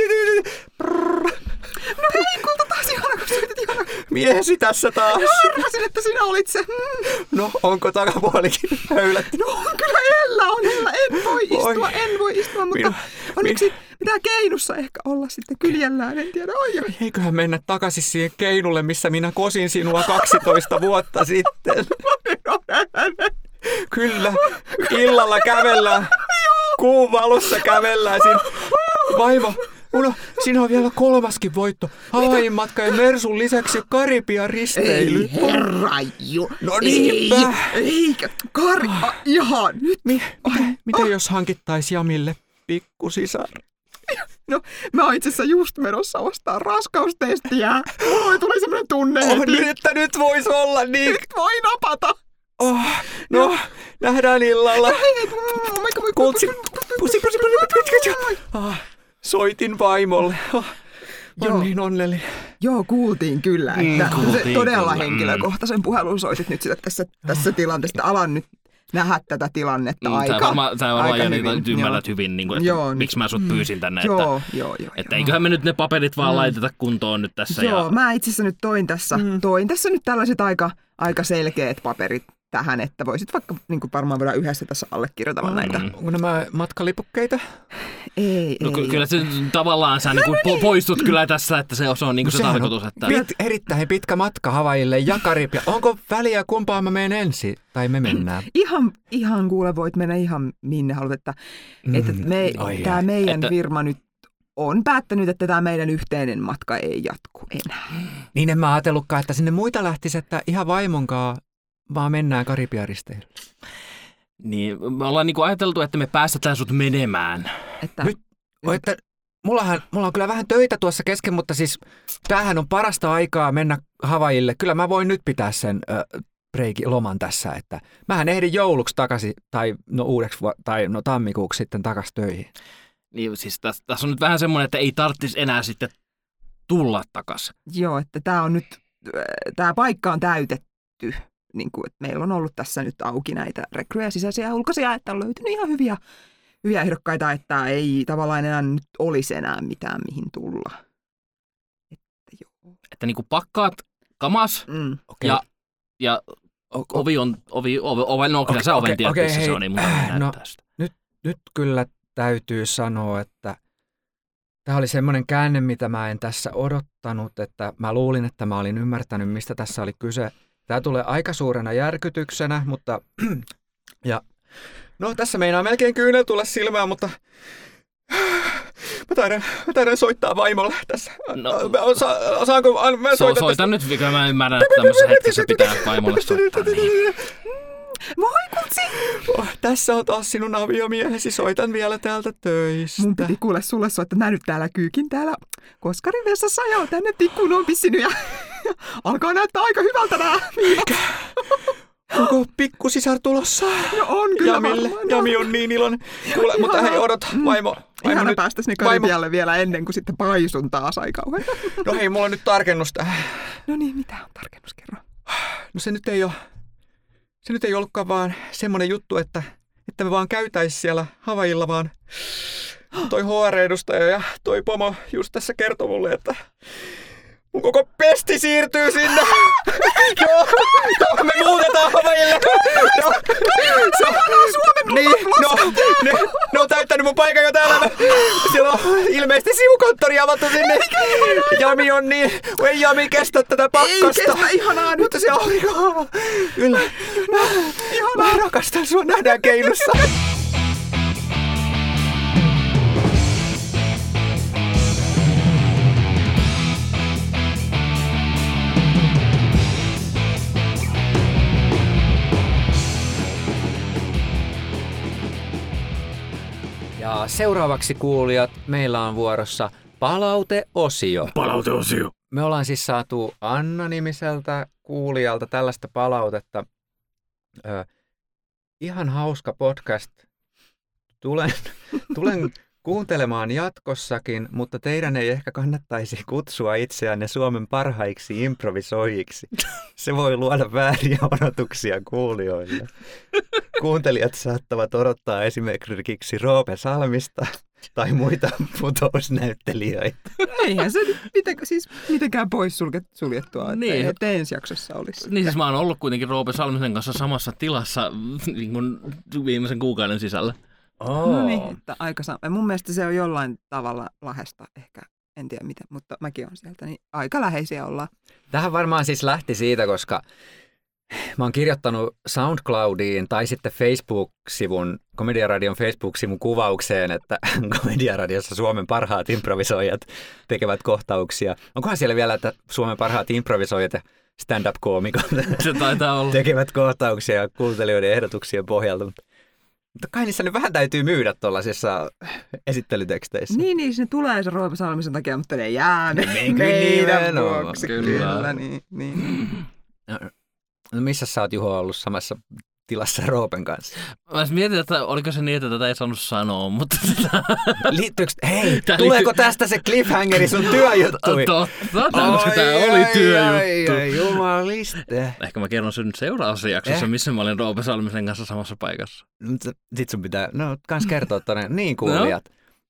No hei, kulta taas ihana, kun soitit ihana.
Miehesi tässä taas.
Arvasin, että sinä olit se.
No, onko takapuolikin höylätty?
No on kyllä hellä, en voi istua, mutta onneksi pitää keinussa ehkä olla sitten kyljellään, en tiedä. Oi.
Eiköhän mennä takaisin siihen keinulle, missä minä kosin sinua 12 vuotta sitten. Kyllä, illalla kävellään, kuun valossa kävellään. Vaimo, siinä on vielä kolmaskin voitto. Havaijin matka ja Mersun lisäksi Karibian risteily.
Ei herranju.
No niinpä.
Eikä. Ihan nyt.
Miten jos hankittaisi Jamille pikkusisar?
No, mä oon itse asiassa just menossa ostaa raskaustestiä. Mulla tuli semmoinen tunne.
Nyt vois olla niin.
Nyt voi napata.
No, nähdään illalla. Kultsi. Pusi. Soitin vaimolle. On niin onnellinen.
Joo, kuultiin kyllä, että se todella henkilökohtaisen puhelun soitit nyt sitä tässä tilanteessa. Alan nyt nähdä tätä tilannetta aika
varmaan
hyvin.
Ymmärrät hyvin, niin kuin, että miksi mä sut pyysin tänne. Että eiköhän me nyt ne paperit vaan laiteta kuntoon nyt tässä.
Joo, mä itse asiassa nyt toin tässä nyt tällaiset aika selkeät paperit tähän, että voisit vaikka niin kuin varmaan voidaan yhdessä tässä allekirjoitella näitä.
Onko nämä matkalipukkeita?
Ei.
Kyllä se tavallaan sä niin poistut kyllä tässä, että se on niin kuin se tarkoitus. Että...
Erittäin pitkä matka Havaijille ja Karibia. Onko väliä kumpaan mä menen ensin? Tai me mennään?
Ihan kuule, voit mennä ihan minne haluat. Että tämä meidän firma nyt on päättänyt, että tämä meidän yhteinen matka ei jatku enää.
Niin en mä ajatellutkaan, että sinne muita lähtisi, että ihan vaimonkaan vaan mennään Karibian risteilylle.
Niin, me ollaan niinku ajateltu, että me päästetään sut menemään.
Mulla on kyllä vähän töitä tuossa kesken, mutta siis tämähän on parasta aikaa mennä Havaijille. Kyllä mä voin nyt pitää sen loman tässä, että mähän ehdin jouluksi takaisin tai tammikuuksi sitten takaisin töihin.
Niin siis tässä on nyt vähän semmoinen, että ei tarvitsisi enää sitten tulla takaisin.
Joo, että tämä paikka on täytetty. Niin kuin, että meillä on ollut tässä nyt auki näitä rekryjä sisäisiä ja ulkoisia, että on löytynyt ihan hyviä ehdokkaita, että ei tavallaan enää nyt olisi enää mitään mihin tulla.
Että niin kuin pakkaat kamas ja ovi on, no kyllä sä oven tiedät, missä se on, niin mun näyttää sitä.
Nyt kyllä täytyy sanoa, että tämä oli semmoinen käänne, mitä mä en tässä odottanut, että mä luulin, että mä olin ymmärtänyt, mistä tässä oli kyse. Tämä tulee aika suurena järkytyksenä, mutta tässä meinaa melkein kyynel tulla silmään, mutta mä taidan soittaa vaimolle tässä. Saanko mä
soitan nyt, mikä mä ymmärrän, että tämmöisessä hetkessä pitää vaimolle soittaa. Niin.
Moi Kultsi!
Tässä on taas sinun aviomiehesi, soitan vielä täältä töistä.
Mun piti kuule sulle soittaa, mä nyt täällä kyykin täällä Koskarin vessassa ja tänne tikkuun on pissinyt ja alkaa näyttää aika hyvältä nää viivat.
Onko pikkusisar tulossa?
No on kyllä
Jamille. Jami on niin iloinen. Kuule, mutta hei, odota, vaimo
ihana
nyt.
Päästäisi ne Karibialle vielä ennen kuin sitten paisun taas aika kauan.
No hei, mulla on nyt tarkennusta.
No niin, mitä on tarkennus, kerro?
No se nyt ei ollutkaan vaan semmoinen juttu, että me vaan käytäis siellä Havaijilla, vaan toi HR-edustaja ja toi pomo just tässä kertoi mulle, että mun koko pesti siirtyy sinne. Joo, me muutetaan Havaijille. Ne on täyttänyt mun paikan jo täällä. Siellä on ilmeisesti sivukonttori avattu sinne. Jami on niin, ei Jami kestä tätä pakkasta.
Ei kestä, ihanaa nyt.
Mutta se on kyllä. Mä rakastan sua, nähdään keinussa. Ja seuraavaksi kuulijat, meillä on vuorossa palauteosio.
Palauteosio.
Me ollaan siis saatu Anna-nimiseltä kuulijalta tällaista palautetta. Ihan hauska podcast. Tulen kuuntelemaan jatkossakin, mutta teidän ei ehkä kannattaisi kutsua itseänne Suomen parhaiksi improvisoijiksi. Se voi luoda vääriä odotuksia kuulijoille. Kuuntelijat saattavat odottaa esimerkiksi Roope Salmista tai muita putousnäyttelijöitä.
Eihän se nyt mitenkään pois suljettua,
Niin.
että ensi jaksossa olisi.
Niin siis mä oon ollut kuitenkin Roope Salmisen kanssa samassa tilassa niin kuin viimeisen kuukauden sisällä.
No niin, että mun mielestä se on jollain tavalla Lahdesta ehkä, en tiedä miten, mutta mäkin on sieltä, niin aika läheisiä ollaan.
Tähän varmaan siis lähti siitä, koska mä oon kirjoittanut SoundCloudiin tai sitten Facebook-sivun, Komediaradion Facebook-sivun kuvaukseen, että Komediaradiossa Suomen parhaat improvisoijat tekevät kohtauksia. Onkohan siellä vielä, että Suomen parhaat improvisoijat ja stand-up-koomikot
Se taitaa olla.
tekevät kohtauksia kuuntelijoiden ehdotuksien pohjalta. Mutta kai niissä nyt vähän täytyy myydä tuollaisissa esittelyteksteissä.
Niin, se tulee se Roope Salmisen takia, mutta ne jää
Meidän
meidän
nimenomaan.
vuoksi.
Kyllä.
Kyllä, niin.
No missä sä oot, Juho, ollut samassa tilassa Roopen kanssa?
Mä mietin, että oliko se niin, että tätä ei saanut sanoa, mutta...
Hei,
Tää
tuleeko tästä se cliffhangeri sun työjuttui?
Totta, tämä oli työjuttu.
Ai, jumaliste.
Ehkä mä kerron sen nyt seuraavassa jaksossa, missä mä olin Roope Salmisen kanssa samassa paikassa.
Sit sun pitää, kans kertoa tonne, niin kuulijat.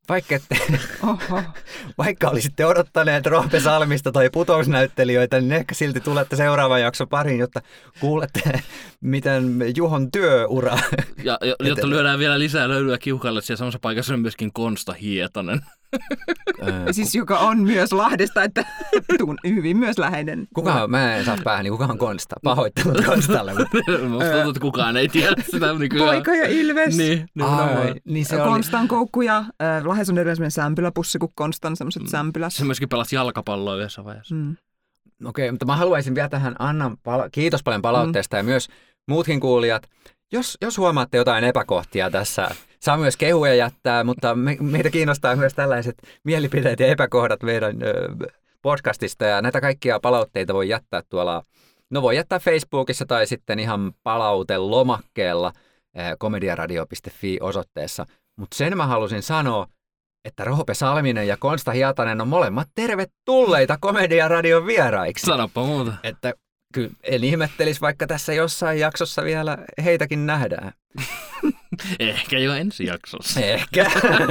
Vaikka olisitte odottaneet Roope Salmista tai putousnäyttelijöitä, niin ehkä silti tulette seuraavan jakson pariin, jotta kuulette, miten Juhon työura.
Ja jotta lyödään vielä lisää löylyä kiukalle, siellä samassa paikassa on myöskin Konsta Hietanen.
Siis joka on myös Lahdesta, että hyvin myös läheinen.
Mä en saa päähän, niin kukahan Konsta? Pahoittelut Konstalle.
Musta tuntuu, että kukaan ei tiedä sitä nykyään.
Poika ja Ilves.
Niin
Niin se
Konstan koukku ja Lahdessa on edelleen sämpyläpussi kuin Konstan, semmoiset sämpylässä.
Se myöskin pelasi jalkapalloa yhdessä vaiheessa.
Okei, mutta mä haluaisin vielä tähän kiitos paljon palautteesta ja myös muutkin kuulijat. Jos huomaatte jotain epäkohtia tässä, saa myös kehuja jättää, mutta meitä kiinnostaa myös tällaiset mielipiteet ja epäkohdat meidän podcastista ja näitä kaikkia palautteita voi jättää tuolla, voi jättää Facebookissa tai sitten ihan palautelomakkeella komediaradio.fi osoitteessa. Mutta sen mä halusin sanoa, että Roope Salminen ja Konsta Hietanen on molemmat tervetulleita Komediaradion vieraiksi.
Sanoppa muuta.
Että kyllä en ihmettelisi, vaikka tässä jossain jaksossa vielä heitäkin nähdään.
Ehkä jo ensi jaksossa.
Ehkä.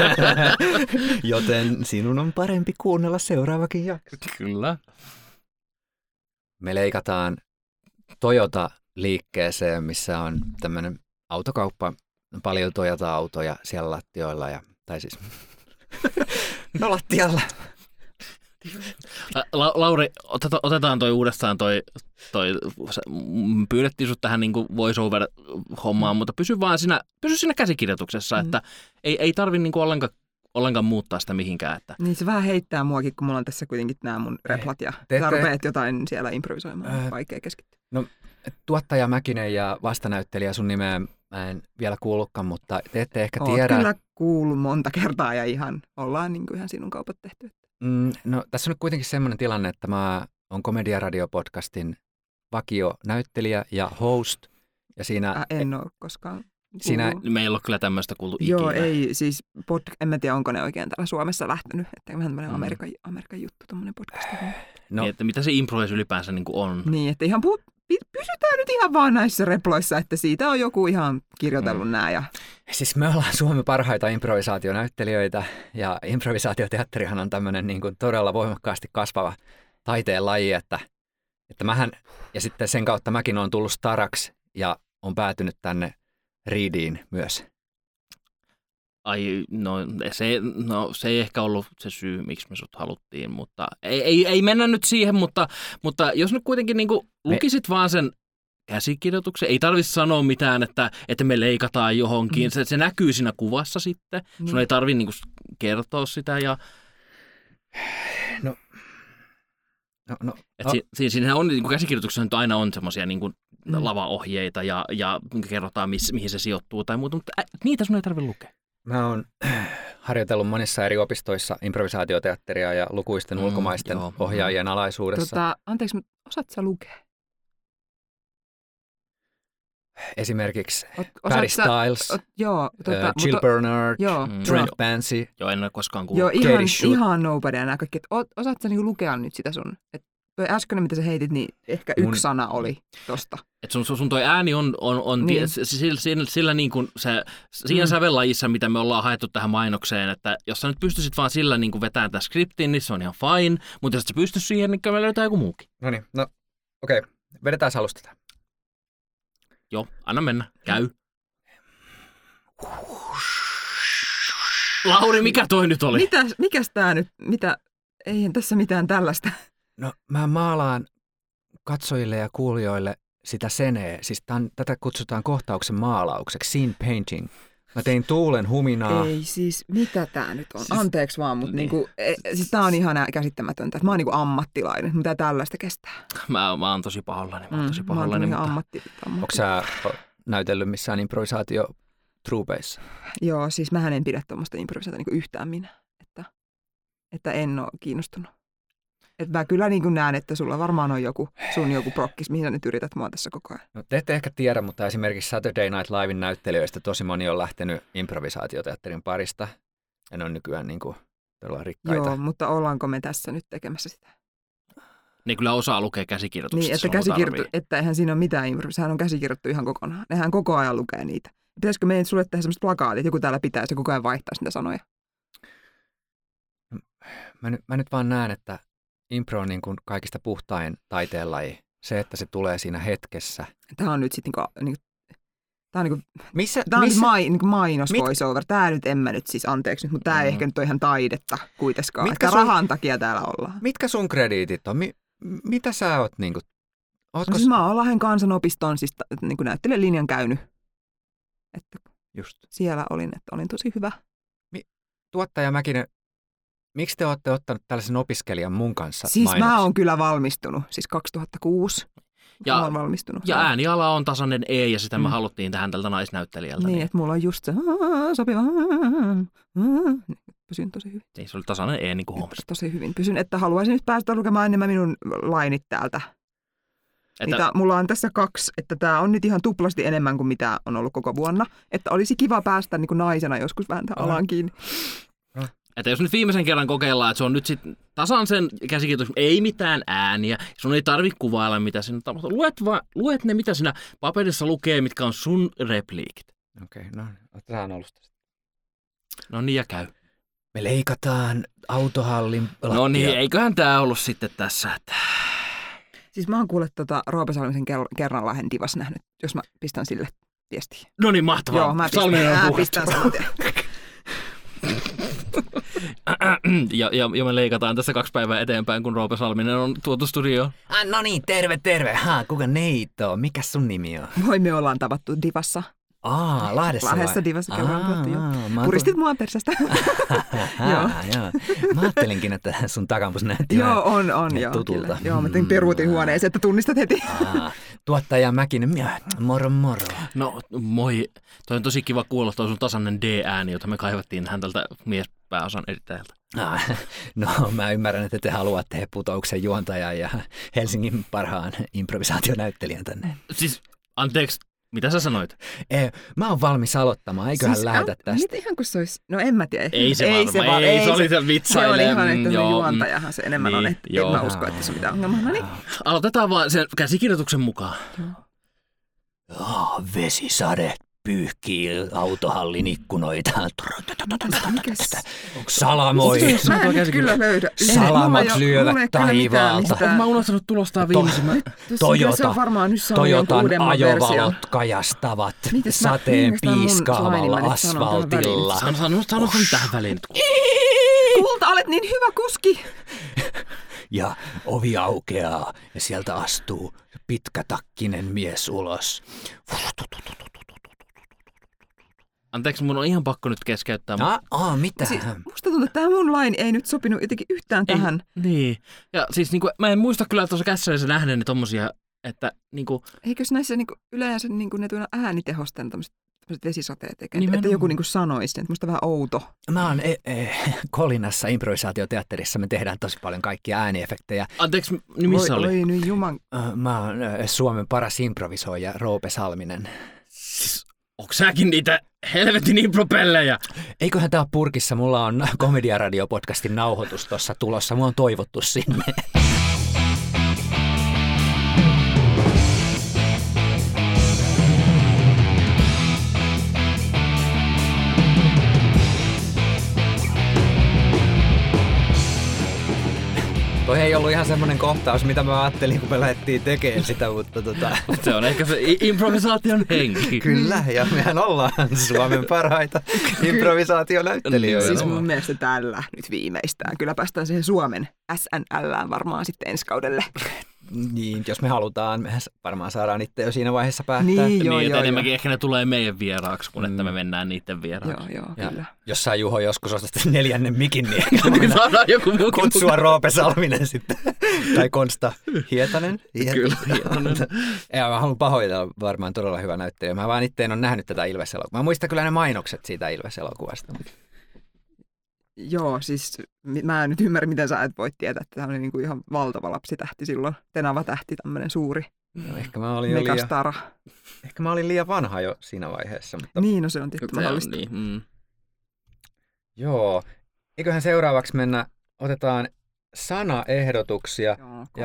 Joten sinun on parempi kuunnella seuraavakin jakso.
Kyllä.
Me leikataan Toyota-liikkeeseen, missä on tämmöinen autokauppa, paljon Toyota-autoja siellä lattioilla. Tai siis, lattialla.
Lauri, otetaan toi uudestaan pyydettiin sut tähän niinku voice-over-hommaan, mutta pysy siinä käsikirjoituksessa, että ei tarvi niinku ollenkaan muuttaa sitä mihinkään. Että.
Niin se vähän heittää muakin, kun mulla on tässä kuitenkin nämä mun replat ja sä rupeat jotain siellä improvisoimaan, vaikea keskittyä.
No, tuottaja Mäkinen ja vastanäyttelijä, sun nimeä mä en vielä kuullutkaan, mutta te ette ehkä tiedä.
Kyllä kuullut monta kertaa ja ollaan niin kuin ihan sinun kaupat tehty.
No tässä on nyt kuitenkin semmoinen tilanne, että mä oon Komediaradio-podcastin vakionäyttelijä ja host. Ja siinä,
en ole koskaan
siinä,
meillä on kyllä tämmöistä kuultu ikinä.
Joo, ei siis, en mä tiedä, onko ne oikein täällä Suomessa lähtenyt. Että vähän tämmöinen Amerikan juttu, tommoinen podcast.
Niin, että mitä se improvis ylipäänsä niin kuin on.
Niin, että ihan pysytään nyt ihan vaan näissä reploissa, että siitä on joku ihan kirjoitellut nämä. Ja...
Siis me ollaan Suomen parhaita improvisaationäyttelijöitä ja improvisaatioteatterihan on tämmöinen niin kuin todella voimakkaasti kasvava taiteen laji, että mähän, ja sitten sen kautta mäkin olen tullut staraksi ja on päätynyt tänne Riidiin myös.
Ai, se ei ehkä ollut se syy, miksi me sut haluttiin, mutta ei mennä nyt siihen, mutta jos nyt kuitenkin niin kuin lukisit vaan sen käsikirjoituksen, ei tarvitse sanoa mitään, että me leikataan johonkin, se näkyy siinä kuvassa sitten, sun ei tarvitse niin kuin kertoa sitä ja... Siinähän on, niin kuin käsikirjoituksessa nyt aina on semmoisia niin kuin lavaohjeita ja kerrotaan, mihin se sijoittuu tai muuta, mutta niitä sun ei tarvitse lukea.
Mä oon harjoitellut monissa eri opistoissa improvisaatioteatteria ja lukuisten ulkomaisten ohjaajien alaisuudessa.
Anteeksi, mutta osaat sä lukea?
esimerkiksi
Osaatko
Harry
sä-
Styles,
Joo.
Jill Bernard,
Joo.
Trent Bansi.
Joo, en ole koskaan kuullut.
Joo,
Katie Shoot.
ihan nobody ja nämä kaikki. Osaatko sä niinku lukea nyt sitä sun? Toi äsken, mitä sä heitit, niin ehkä yksi sana oli tosta.
Et sun toi ääni on
Niin.
sillä niin kuin siinä sävellajissa, mitä me ollaan haettu tähän mainokseen, että jos sä nyt pystyisit vaan sillä niin kuin vetämään tämän skriptin, niin se on ihan fine, mutta jos sä pystyis siihen, niin me löytää joku muukin.
Noniin, no okei. Vedetään alusta tätä.
Joo, anna mennä. Käy. Lauri, mikä toi nyt oli?
Mikäs tää nyt? Eihän tässä mitään tällaista.
No mä maalaan katsojille ja kuulijoille sitä seneä. Siis tätä kutsutaan kohtauksen maalaukseksi, scene painting. Mä tein tuulen huminaa.
Ei siis, mitä tää nyt on? Anteeksi vaan, mutta niinku, siis tää on ihan käsittämätöntä. Mä oon niinku ammattilainen. Mitä tällaista kestää?
Mä oon tosi pahollani. Mä oon tosi
Mä oon
pahollani.
ihan
Mutta...
Onko sä näytellyt missään improvisaatio-truupeissa?
Joo, siis mähän en pidä tuommoista improvisaatiota niinku yhtään minä. Että en ole kiinnostunut. Että mä kyllä niin kuin näen, että sulla varmaan on joku prokkis, mihin sä nyt yrität mua tässä koko ajan.
No, te ette ehkä tiedä, mutta esimerkiksi Saturday Night Liven näyttelijöistä tosi moni on lähtenyt improvisaatioteatterin parista. Ja ne on nykyään niin kuin todella rikkaita.
Joo, mutta ollaanko me tässä nyt tekemässä sitä?
Ne kyllä osaa lukea käsikirjoituksesta.
Niin, että eihän siinä ole mitään improvisaatiota. Sehän on käsikirjoittu ihan kokonaan. Nehän koko ajan lukee niitä. Pitäisikö meidän sulle tehdä sellaiset plakaatit, joku täällä pitää ja koko ajan vaihtaa niitä sanoja?
Mä nyt vaan näen, että impro on niin kuin kaikista puhtain taiteenlaji. Se, että se tulee siinä hetkessä.
Tämä on nyt sitten tämä on
Missä?
mainos voiceover. Tämä nyt en mä nyt siis, anteeksi nyt, mutta tämä ei ehkä nyt ole ihan taidetta kuitenkaan. Että rahan takia täällä ollaan.
Mitkä sun krediitit on? Mitä sä oot niinku?
No siis mä oon Lahden kansanopiston siis niinku näyttelijälinjan käynyt. Että
just.
Siellä olin tosi hyvä.
Tuottaja Mäkinen, miksi te olette ottanut tällaisen opiskelijan mun kanssa
Siis
mainoksi?
mä oon kyllä valmistunut, siis 2006. Mä oon valmistunut.
Ja ääniala on tasainen E, ja sitä me haluttiin tähän tältä naisnäyttelijältä.
Niin, että mulla on just se sopiva. Pysyn tosi hyvin.
Niin, se oli tasainen E, niin kuin huomasit.
Tosi hyvin pysyn, että haluaisin nyt päästä lukemaan enemmän minun lainit täältä. Mulla on tässä 2, että tämä on nyt ihan tuplasti enemmän kuin mitä on ollut koko vuonna. Että olisi kiva päästä niin kuin naisena joskus vähän tähän alaan kiinni.
Että jos nyt viimeisen kerran kokeillaan, että se on nyt sitten tasan sen käsikirjoitus, ei mitään ääniä, sun ei tarvitse kuvailla mitä siinä tapahtuu. Luet ne, mitä siinä paperissa lukee, mitkä on sun repliikit.
Okei, no otetaan alusta.
No niin, ja käy.
Me leikataan autohallin lattia.
No niin, eiköhän tää ollut sitten tässä, että...
Siis mä oon kuullut Roope Salmisen Kerranlahden divas nähnyt, jos mä pistän sille viestiä.
No niin, mahtavaa.
Joo, mä pistän saman tien.
Ja me leikataan tässä 2 päivää eteenpäin, kun Roope Salminen on tuotu studioon.
No niin, terve. Kuka neito? Mikä sun nimi on?
Moi, me ollaan tavattu divassa.
Lahdessa vai?
Lahdessa divassa kerran tuottu, joo. Puristit mua persästä.
Joo. Mä ajattelinkin, että sun takampus näytti
joo, on joo,
tutulta.
Kyllä. Joo, mä tein peruutin huoneeseen, että tunnistat heti.
Tuottaja Mäkinen, moro.
No moi, toi on tosi kiva kuulla toi sun tasainen D-ääni, jota me kaivattiin hän tältä miespääosan edittäjältä.
No mä ymmärrän, että te haluatte Putouksen juontajan ja Helsingin parhaan improvisaationäyttelijän tänne.
Siis, anteeksi. Mitä sä sanoit?
Mä oon valmis aloittamaan, eiköhän siis, lähetä tästä.
Mitä ihan kun se olisi, no en mä tiedä.
Ei se oli se vitsaile.
Se oli ihan, että juontajahan se enemmän niin, on, että en mä usko, että se on mitään ongelmaa. No niin.
Aloitetaan vaan sen käsikirjoituksen mukaan.
Vesisade pyyhkii autohallin ikkunoita. Salamoi.
Mä en kyllä löydä.
Salamat lyövät taivaalta.
Mä unohtanut tulostaa viimeisimmän.
Toyotan ajovalot kajastavat sateen piiskaavalla asfaltilla.
Sano tähän väliin.
Kulta, olet niin hyvä kuski.
Ja ovi aukeaa ja sieltä astuu pitkätakkinen mies ulos.
Anteeksi, mun on ihan pakko nyt keskeyttää.
Mitä?
Siis, musta tuntuu, että tämä mun lain ei nyt sopinut jotenkin yhtään tähän.
Niin. Ja siis niinku, mä en muista kyllä tuossa kässärissä nähneeni tommosia, että niinku...
Eikös näissä niinku, yleensä niinku, ne tuolla äänitehosten tämmöiset tämmöiset vesisateet tekee. Että joku niinku sanoisi, että musta vähän outo.
Mä oon Kolinassa improvisaatioteatterissa. Me tehdään tosi paljon kaikkia ääniefektejä.
Anteeksi, niin missä oli?
Oi nyt juman.
Mä oon Suomen paras improvisoija Roope Salminen.
Siis, onko säkin niitä helvetin impropellejä?
Eiköhän tää ole purkissa. Mulla on Komedia-radio-podcastin nauhoitus tuossa tulossa. Mua on toivottu sinne. Toi ei ollut ihan semmoinen kohtaus, mitä mä ajattelin, kun me lähdettiin tekemään sitä, mutta
Se on ehkä se improvisaation henki.
Kyllä, ja mehän ollaan Suomen parhaita improvisaationäyttelijöitä.
Siis mun mielestä tällä nyt viimeistään. Kyllä päästään siihen Suomen SNL:ään varmaan sitten ensi kaudelle.
Niin, jos me halutaan, me varmaan saadaan itse jo siinä vaiheessa päättää.
Niin, joo,
enemmänkin ehkä ne tulee meidän vieraaksi, kun että me mennään niiden vieraaksi.
Joo,
ja
kyllä.
Jos saa Juho joskus ostaa 4. mikin, niin
saadaan joku muu
kutsua Roope Salminen sitten. Tai Konsta Hietanen.
Kyllä, Hietanen.
Ja mä haluan pahoitella, varmaan todella hyvä näyttelijä. Mä vaan itse en ole nähnyt tätä Ilves-elokuvaa. Mä muistan kyllä ne mainokset siitä Ilves-elokuvasta.
Joo, siis mä en nyt ymmärrä, miten sä et voi tietää, että tämä oli niinku ihan valtava lapsitähti silloin. Tenava-tähti, tämmöinen suuri
No, ehkä mä olin
megastara.
Ehkä mä olin liian vanha jo siinä vaiheessa. Mutta...
Niin, no se on tietysti mahdollista.
Niin.
Joo. Eiköhän seuraavaksi otetaan sanaehdotuksia.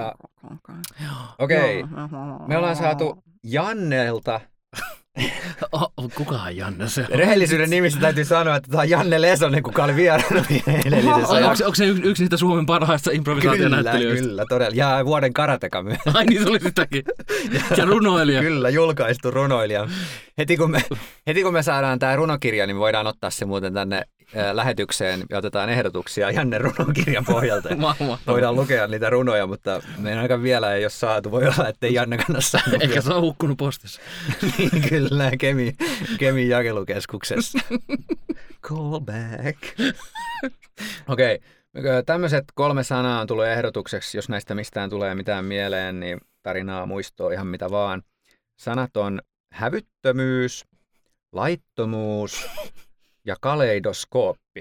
Okei. Me ollaan saatu Jannelta.
Kukahan Janne se on?
Rehellisyyden nimissä täytyy sanoa, että tämä on Janne Lesonen, kuka oli vieraana edellisessä jaksossa.
Onko se yksi niitä Suomen parhaista improvisaationäyttelijöistä?
Kyllä, todella. Ja vuoden karateka myös.
Ai niin, se oli sitäkin. Ja runoilija.
Kyllä, julkaistu runoilija. Heti kun me saadaan tämä runokirja, niin me voidaan ottaa se muuten tänne lähetykseen ja otetaan ehdotuksia Janne runokirjan pohjalta. Voidaan lukea niitä runoja, mutta meidän aika vielä ei ole saatu. Voi olla, ettei Janne kannassa.
Ehkä se on hukkunut postissa.
Niin, kyllä, Kemin jakelukeskuksessa. Call back. Okei, tämmöiset 3 sanaa on tullut ehdotukseksi. Jos näistä mistään tulee mitään mieleen, niin tarinaa, muistoa, ihan mitä vaan. Sanat on hävyttömyys, laittomuus ja kaleidoskooppi.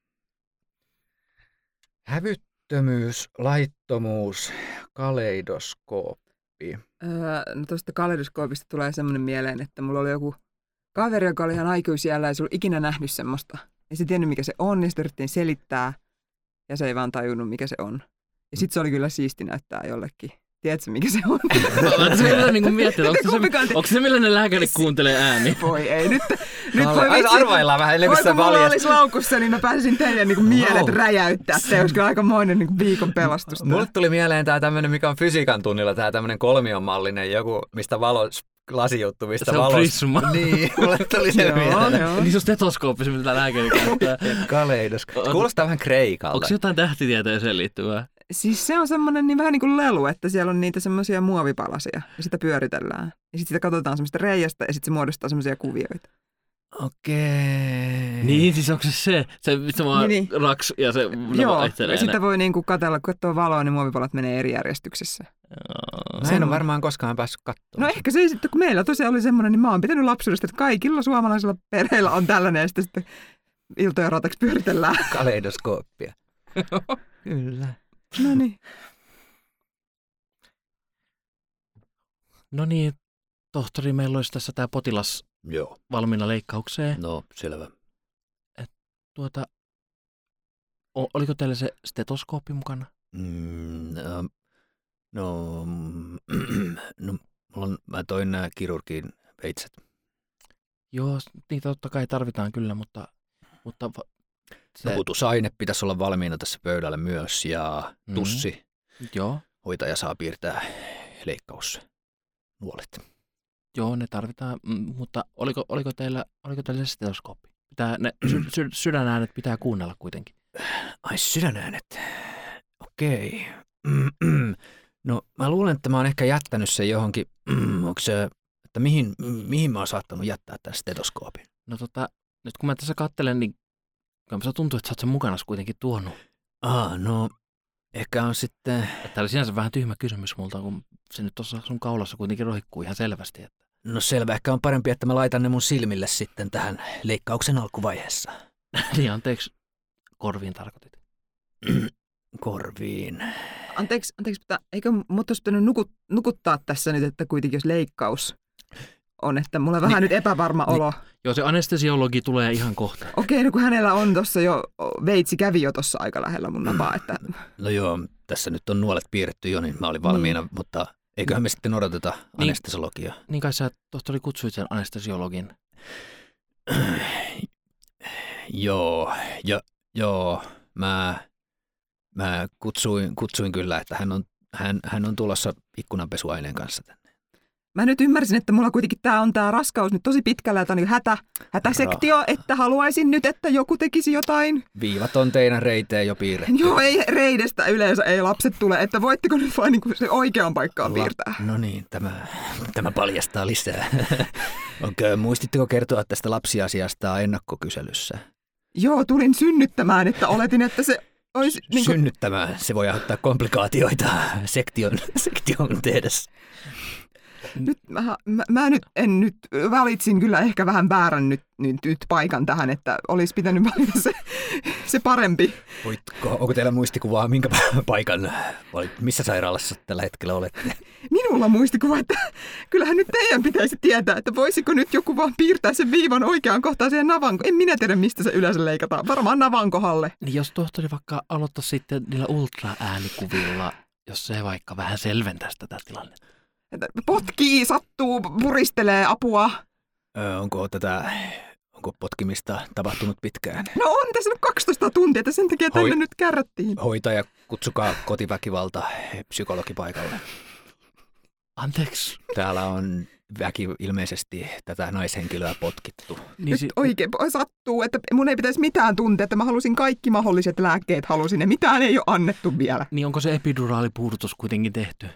Hävyttömyys, laittomuus, kaleidoskooppi.
No tuosta kaleidoskoopista tulee semmoinen mieleen, että mulla oli joku kaveri, joka oli ihan aikuisiällä ja se oli ikinä nähnyt semmoista. Ei se tiennyt, mikä se on, niin sitä yritettiin selittää ja se ei vaan tajunnut, mikä se on. Ja sitten se oli kyllä siisti näyttää jollekin. Tiedätkö, mikä se on?
Se niin miettiä, onko se millainen lääkäri kuuntelee ääni?
Voi ei, nyt
arvaillaan vähän ennen kuin sä
mulla olisi laukussa, niin mä pääsisin teidän niin mielet räjäyttää. Se olisi kyllä aikamoinen niin viikon pelastus.
Mulle tuli mieleen tää tämmönen, mikä on fysiikan tunnilla, tää tämmönen kolmionmallinen joku, mistä lasijuttu, mistä
se on prisma.
Niin, mulle tuli se mieleen.
Niin se on stetoskooppi, mitä lääkäri käyttää.
Kaleidoskooppi. Kuulostaa vähän kreikalta.
Onko jotain tähtitieteeseen liittyvää?
Siis se on semmoinen niin vähän niin kuin lelu, että siellä on niitä semmoisia muovipalasia ja sitä pyöritellään. Ja sitten sitä katsotaan semmoista reiästä ja sitten se muodostaa semmoisia kuvioita.
Okei.
Niin, siis onko se vaan niin. Raks ja se
joo, ja sitä voi niinku katsoa valoa, niin muovipalat menee eri järjestyksessä.
Mä en ole varmaan koskaan päässyt katsomaan.
No ehkä se ei sitten, kun meillä tosiaan oli semmoinen, niin mä oon pitänyt lapsuudesta, että kaikilla suomalaisilla perheillä on tällainen ja sitten iltoja rataksi pyöritellään.
Kaleidoskooppia. Kyllä.
No niin.
No niin, tohtori, meillä olisi tässä tämä potilas valmiina leikkaukseen.
No, selvä.
Oliko teillä se stetoskooppi mukana?
Mä toin nämä kirurgin veitset.
Joo, niitä totta kai tarvitaan kyllä, mutta
Nukutusaine pitäisi olla valmiina tässä pöydällä myös ja tussi.
Joo.
Hoitaja saa piirtää leikkausnuolet.
Joo, ne tarvitaan, mutta oliko teillä se stetoskooppi? Pitää ne sydänäänet pitää kuunnella kuitenkin.
Ai sydänäänet. Okei. No mä luulen, että mä oon ehkä jättänyt sen johonkin. Onko se, että mihin mä oon saattanut jättää tämän stetoskoopin?
No nyt kun mä tässä katselen, niin se tuntuu, että sä oot sen mukana kuitenkin tuonut.
No ehkä on sitten...
Tämä oli sinänsä vähän tyhmä kysymys multa, kun se nyt tuossa sun kaulassa kuitenkin roikkuu ihan selvästi. Että...
No selvä, ehkä on parempi, että mä laitan ne mun silmille sitten tähän leikkauksen alkuvaiheessa.
Niin, anteeksi, korviin tarkoitit.
Korviin.
Anteeksi, mutta eikö mut olisi pitänyt nukuttaa tässä nyt, että kuitenkin jos leikkaus on, että mulla on vähän nyt epävarma olo.
Joo, se anestesiologi tulee ihan kohta.
Okei, no kun hänellä on tuossa jo, veitsi kävi jo tuossa aika lähellä mun napaa, että...
No joo, tässä nyt on nuolet piirretty jo, niin mä olin valmiina, mutta eiköhän me sitten odoteta anestesiologia.
Niin kai sä tohtori kutsuit sen anestesiologin.
Joo, mä kutsuin kyllä, että hän on tulossa ikkunanpesuaineen kanssa tänne.
Mä nyt ymmärsin, että mulla kuitenkin tää raskaus nyt tosi pitkällä, että on niin hätäsektio, että haluaisin nyt, että joku tekisi jotain.
Viivat on teidän reiteen jo piirretty.
Joo, ei reidestä yleensä ei lapset tule, että voitteko nyt vaan niin se oikeaan paikkaan piirtää?
No niin, tämä paljastaa lisää. Muistitteko kertoa tästä lapsiasiasta ennakkokyselyssä?
Joo, tulin synnyttämään, että oletin, että se olisi... Niin kuin...
Synnyttämään, se voi aiheuttaa komplikaatioita sektion tehdessä.
Nyt mä nyt valitsin kyllä ehkä vähän väärän nyt paikan tähän, että olisi pitänyt valita se parempi.
Onko teillä muistikuvaa, minkä paikan, missä sairaalassa tällä hetkellä olette?
Minulla muistikuva, että kyllähän nyt teidän pitäisi tietää, että voisiko nyt joku vaan piirtää sen viivan oikeaan kohtaan siihen navan. En minä tiedä, mistä se yleensä leikataan. Varmaan navan kohdalle.
Niin jos tohtori vaikka aloittaisi sitten niillä ultraäänikuvilla, jos se vaikka vähän selventäisi tätä tilannetta.
Potkii, sattuu, puristelee, apua.
Onko potkimista tapahtunut pitkään?
No on tässä nyt 12 tuntia, että sen takia tänne nyt kärrättiin.
Hoitaja, kutsukaa kotiväkivalta psykologi paikalle.
Anteeksi.
Täällä on väki ilmeisesti tätä naishenkilöä potkittu.
Nyt oikein sattuu, että mun ei pitäisi mitään tuntea, että mä halusin kaikki mahdolliset lääkkeet, ja mitään ei ole annettu vielä.
Niin onko se epiduraalipuudutus kuitenkin tehty?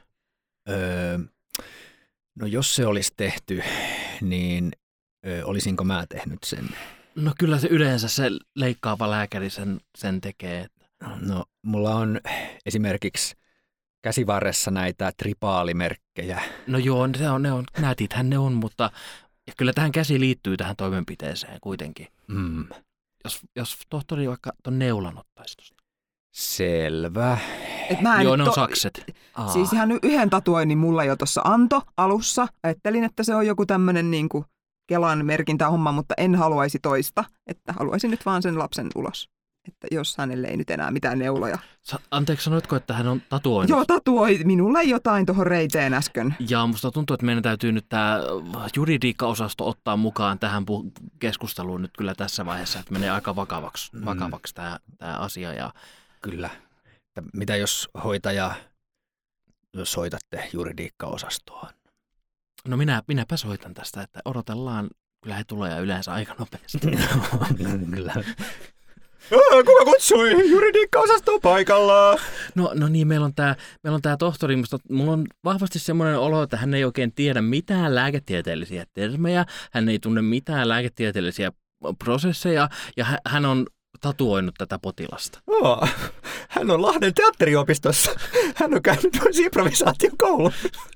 No jos se olisi tehty, niin olisinko mä tehnyt sen?
No kyllä se yleensä se leikkaava lääkäri sen tekee.
No mulla on esimerkiksi käsivarressa näitä tripaalimerkkejä.
No joo, ne on nätithän ne on, mutta kyllä tähän käsi liittyy tähän toimenpiteeseen kuitenkin. Jos tohtori vaikka ton neulan ottaisi tuosta.
Selvä.
Joo, ne on sakset.
Siis ihan yhden tatuoinnin mulla jo tuossa antoi alussa. Ajattelin, että se on joku tämmöinen niinku Kelan merkintähomma, mutta en haluaisi toista. Että haluaisin nyt vaan sen lapsen ulos. Että jos hänelle ei nyt enää mitään neuloja.
Anteeksi, sanoitko, että hän on tatuoinut?
Joo, tatuoi minulle jotain tuohon reiteen äsken.
Ja musta tuntuu, että meidän täytyy nyt tämä juridiikka-osasto ottaa mukaan tähän keskusteluun nyt kyllä tässä vaiheessa, että menee aika vakavaksi tämä asia. Ja...
Kyllä. Mitä jos hoitaja soitatte juridiikka-osastoon?
No minäpä soitan tästä, että odotellaan. Kyllä he tulee yleensä aika nopeasti.
Kyllä.
Kuka kutsui juridiikka-osastoon paikalla?
No niin, meillä on tää tohtori, mulla on vahvasti semmoinen olo, että hän ei oikein tiedä mitään lääketieteellisiä termejä, hän ei tunne mitään lääketieteellisiä prosesseja ja hän on tatuoinut tätä potilasta.
Hän on Lahden teatteriopistossa. Hän on käynyt improvisaatiokoulun.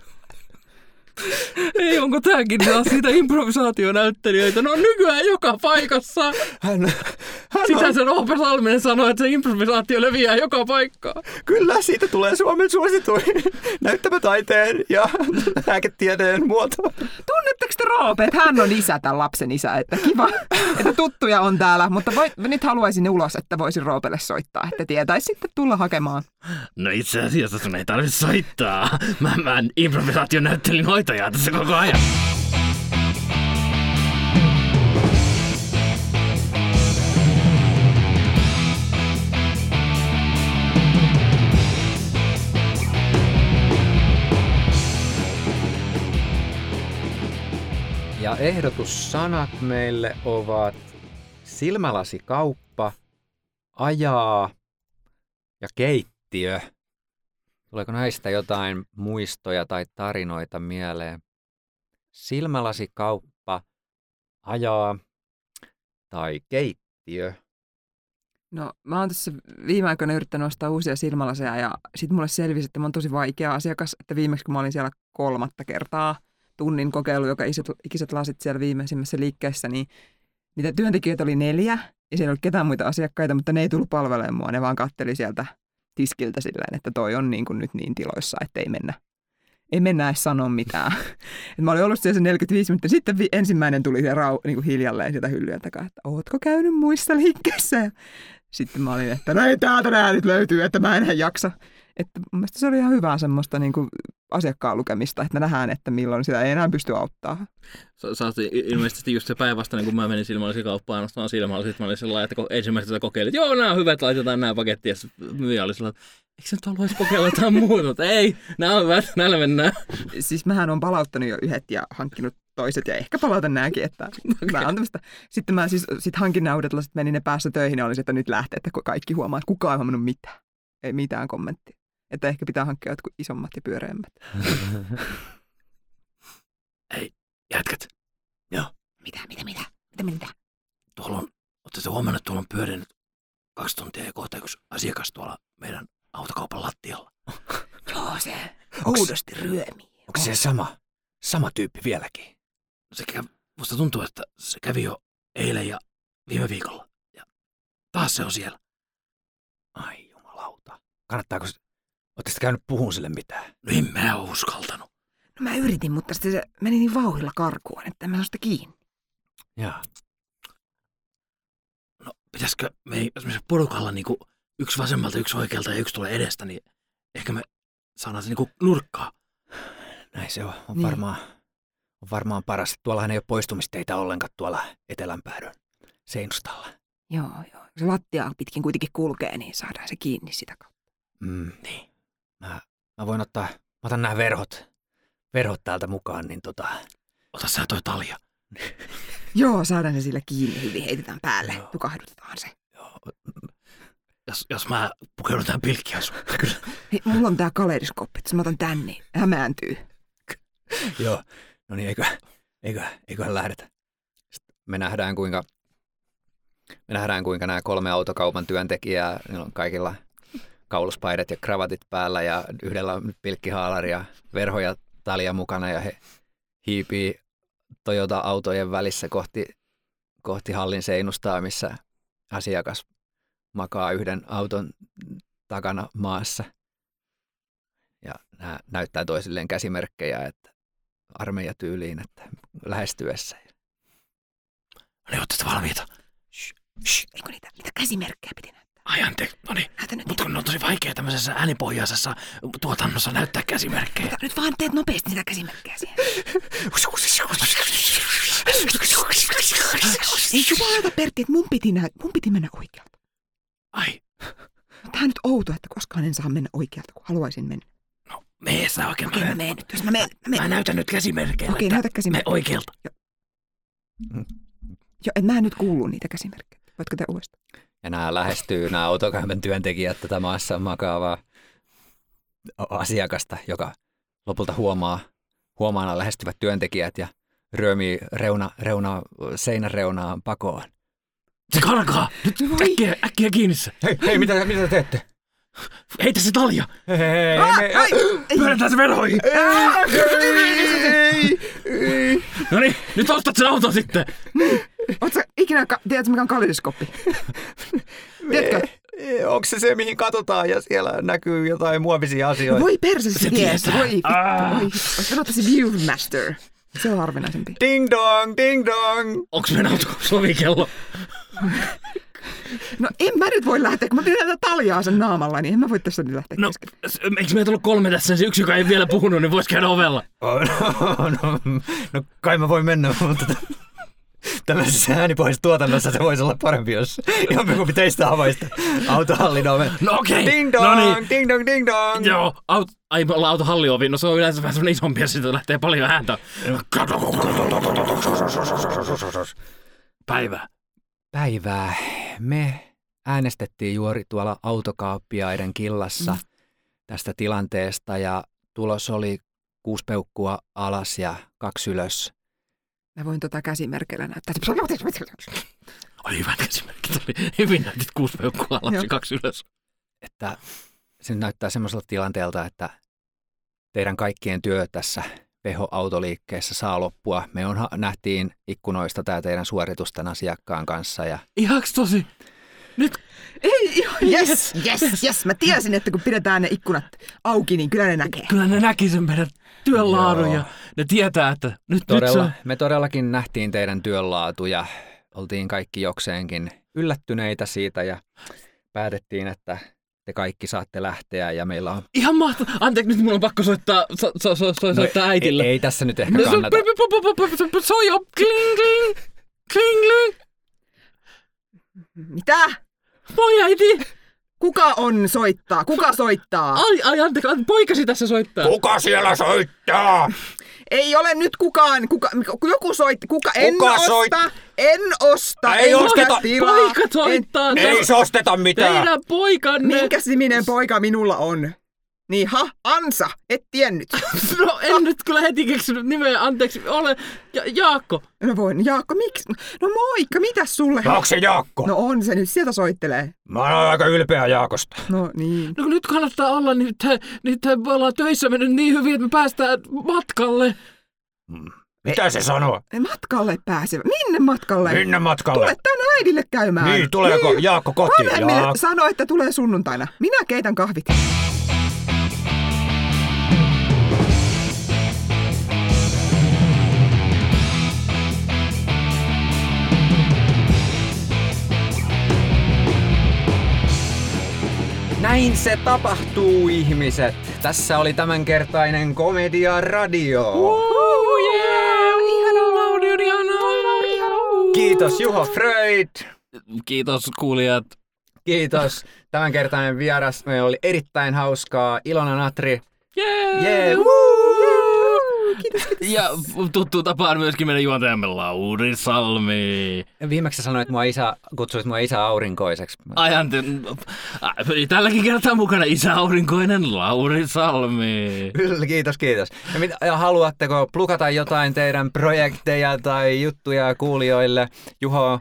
Ei, onko tämäkin siitä improvisaationäyttelijöitä? No nykyään joka paikassa. Sitä se Roope Salminen sanoi, että se improvisaatio leviää joka paikkaan.
Kyllä, siitä tulee Suomen suosituin näyttämötaiteen ja lääketieteen muoto.
Tunnetteko te Roope, että hän on isä, tämän lapsen isä? Että kiva, että tuttuja on täällä, mutta nyt haluaisin ulos, että voisin Roopelle soittaa, että tietäisi sitten tulla hakemaan.
No itse asiassa sun ei tarvitse soittaa. Mä improvisaationäyttelin hoitajaa tässä koko ajan.
Ja ehdotussanat meille ovat silmälasikauppa, ajaa ja keittiö. Tuleeko näistä jotain muistoja tai tarinoita mieleen? Silmälasikauppa, ajaa tai keittiö.
No mä oon tässä viime aikoina yrittänyt ostaa uusia silmälaseja ja sit mulle selvisi, että mä oon tosi vaikea asiakas, että viimeksi kun mä olin siellä 3. kertaa tunnin kokeilu, joka ikiset lasit siellä viimeisimmässä liikkeessä, niin niitä työntekijöitä oli 4 ja siellä ei ollut ketään muita asiakkaita, mutta ne ei tullut palvelemaan mua. Ne vaan katteli sieltä tiskiltä silleen, että toi on niin kuin nyt niin tiloissa, että ei mennä edes sanoa mitään. Et mä olin ollut siellä se 45 minuuttia. Sitten ensimmäinen tuli siellä niin kuin hiljalleen sieltä hyllyjen takaa, että ootko käynyt muissa liikkeissä? Ja sitten mä olin, että no ei täältä nää nyt löytyy, että mä enää jaksa. Että mun mielestä se oli ihan hyvää semmoista niin kuin asiakkaan lukemista, että me nähdään, että milloin sitä ei enää pysty auttaa.
Sä oot ilmeisesti just se päinvastainen, kun mä menin silmällisiin kauppaan ainoastaan silmällä. Sitten mä olin sellainen, että ensimmäiset sitä kokeilin, että joo, nämä on hyvät, laitetaan nämä pakettiin. Ja myyjä oli sellainen, eikö se nyt haluaisi kokeilla jotain muuta? Mutta ei, nämä on hyvät, näillä mennään.
Siis mähän on palauttanut jo yhdet ja hankkinut toiset ja ehkä palautan nääkin. Että okay. Sitten mä siis hankin nämä uudet lasit, menin ne päässä töihin ja olisin, että nyt lähtee, että kaikki huomaa, että kukaan ei huomannut mitään. Ei mitään kommenttia. Että ehkä pitää hankkia jotkut isommat ja pyöreämmät.
Ei, jätkät. Joo.
Mitä?
Tuolla on, ootte huomannut, että tuolla on pyörinyt 2 tuntia ja kohta yksi asiakas tuolla meidän autokaupan lattialla.
Joo, se oudosti ryömii.
Onko se sama tyyppi vieläkin?
Musta tuntuu, että se kävi jo eilen ja viime viikolla. Ja taas se on siellä.
Ai jumalauta. Kannattaako se... Ootte sitten käynyt puhun sille mitään?
No en mä ole uskaltanut.
No mä yritin, mutta sitten se meni niin vauhdilla karkuun, että en mä saa sitä kiinni.
Jaa.
No pitäisikö me esimerkiksi porukalla niinku yksi vasemmalta, yksi oikealta ja yksi tulee edestä, niin ehkä me saadaan se niinku nurkkaa.
Näin se on. On
Niin.
varmaan paras. Tuollahan ei ole poistumisteitä ollenkaan tuolla etelänpäädön seinustalla.
Joo. Se lattia pitkin kuitenkin kulkee, niin saadaan se kiinni sitä kautta.
Niin. Mä otan nämä verhot täältä mukaan, niin
Ota sä toi talja.
Joo, saadaan se sillä kiinni hyvin, heitetään päälle, tukahdutetaan se.
Joo.
Jos mä pukeudun tähän pilkkiin sun. Kyllä.
Hei, mulla on tää kaleriskooppi, että jos mä otan tän, niin hämääntyy.
Joo, no niin eiköhän lähdetä. Sitten me nähdään kuinka nämä 3 autokaupan työntekijää, niillä on kaikilla kauluspaidat ja kravatit päällä ja yhdellä on pilkkihaalari ja verhoja talia mukana ja he hiipii Toyota-autojen välissä kohti hallin seinustaa, missä asiakas makaa yhden auton takana maassa. Ja nämä näyttää toisilleen käsimerkkejä, että armeijatyyliin, että lähestyessä.
No niin, ootte valmiita?
Eikö niitä käsimerkkejä piti näyttää?
Ai anteeksi, no niin. Mutta on tosi vaikea tämmöisessä äänipohjaisessa tuotannossa näyttää käsimerkkejä.
Mutta nyt vaan teet nopeasti niitä käsimerkkejä siihen. Ei jumalauta Pertti, että mun piti mennä oikealta.
Ai,
Tää on nyt outo, että koskaan en saa mennä oikealta, kun haluaisin mennä.
no mee sä oikein.
Okei, mä menen nyt. Jos mä
Mä näytän nyt käsimerkkejä.
Okei, näytä käsimerkkejä.
Me oikealta.
Joo, et mä en nyt kuulu niitä käsimerkkejä. Voitko te uudestaan?
Ja nämä autokaupan työntekijät tätä maassa makaavaa asiakasta, joka lopulta huomaa nämä lähestyvät työntekijät ja ryömii seinän reunaan pakoon.
Se karkaa! Nyt äkkiä kiinni se.
Hei, mitä te teette?
Heitä se talja!
Pyörätään
se verhoihin! No niin, nyt ostat sen auton sitten!
Ootko sä ikinä, tiedätkö mikä on kaleriskooppi? Tiedätkö?
Onko se mihin katsotaan ja siellä näkyy jotain muovisia asioita?
Voi perse se
tietää.
tietää. Voi vittu, voi. Olisiko ottaa se Viewmaster? Se on harvinaisempi.
Ding dong, ding dong!
Onks meidän auto sovikello?
No en mä nyt voi lähteä, kun mä pidän tätä taljaa sen naamalla, niin en mä voi tässä nyt lähteä
No,
kesken.
eikö meitä ollut 3 tässä, se yksi, joka ei vielä puhunut, niin vois käydä ovella?
No kai mä voin mennä, mutta tämmöisessä äänipohjaisessa tuotannossa se voisi olla parempi, jos jompikumpi teistä avaista autohallin oven.
No okei.
Ding dong,
No niin.
ding dong, ding dong.
Joo, ai me ollaan autohalliovi. No se on yleensä vähän semmonen isompi ja siitä lähtee paljon ääntä.
Päivää. Me äänestettiin juuri tuolla autokauppiaiden killassa tästä tilanteesta ja tulos oli 6 peukkua alas ja 2 ylös.
Mä voin käsimerkillä näyttää.
Oli hyvä käsimerkki. Hyvin näytit 6 peukkua alas ja 2 ylös.
Että se näyttää semmoiselta tilanteelta, että teidän kaikkien työ tässä Peho-autoliikkeessä saa loppua. Me nähtiin ikkunoista tämä teidän suoritus tämän asiakkaan kanssa. Ja...
Ihaks tosi? Nyt?
Ei, yes. Mä tiesin, että kun pidetään ne ikkunat auki, niin kyllä ne näkee.
Kyllä ne näki sen meidän työnlaadun ja ne tietää, että nyt se...
Me todellakin nähtiin teidän työnlaatu ja oltiin kaikki jokseenkin yllättyneitä siitä ja päätettiin, että te kaikki saatte lähteä ja meillä on...
Ihan mahtavaa. Anteeksi, nyt mulla on pakko soittaa äitille.
Ei tässä nyt ehkä kannata.
Soi jo. Kling, kling. Kling, kling.
Mitä?
Moi äiti.
Kuka soittaa? Kuka soittaa?
Ai anteeksi, poikasi tässä soittaa.
Kuka siellä soittaa?
Ei ole nyt kukaan. Joku soitti. En osta.
Ei osteta.
Poika soittaa.
Ei osteta mitään.
Teidän poikanne.
Minkäs niminen poika minulla on? Niin, Ansa, et tiennyt.
No en nyt kyllä heti keksinyt nimeä, anteeksi, ole Jaakko.
No voin, Jaakko, miksi? No moikka, mitäs sulle?
Onko se Jaakko?
No on se nyt, sieltä soittelee.
Mä oon aika ylpeä Jaakosta.
No niin.
No nyt kannattaa olla, nyt me ollaan töissä mennyt niin hyvin, että me päästään matkalle.
Mitä se sanoo?
Matkalle pääsevä. Minne matkalle?
Minne matkalle?
Tule tänne äidille käymään.
Niin, tuleeko Jaakko kotiin?
Vanhemmille sanoi, että tulee sunnuntaina. Minä keitän kahvit.
Näin se tapahtuu, ihmiset. Tässä oli tämänkertainen Komedia Radio. Kiitos Juho Freud.
Kiitos kuulijat.
Kiitos. Tämänkertainen vieras. Meillä oli erittäin hauskaa. Ilona Natri.
Yeah.
Kiitos.
Ja tuttu tapaan myöskin meidän juontajamme Lauri Salmi.
Viimeksi sanoit, että kutsuit mua isä aurinkoiseksi.
Tälläkin kertaa mukana isä aurinkoinen Lauri Salmi.
Kiitos. Ja haluatteko plukata jotain teidän projekteja tai juttuja kuulijoille? Juho?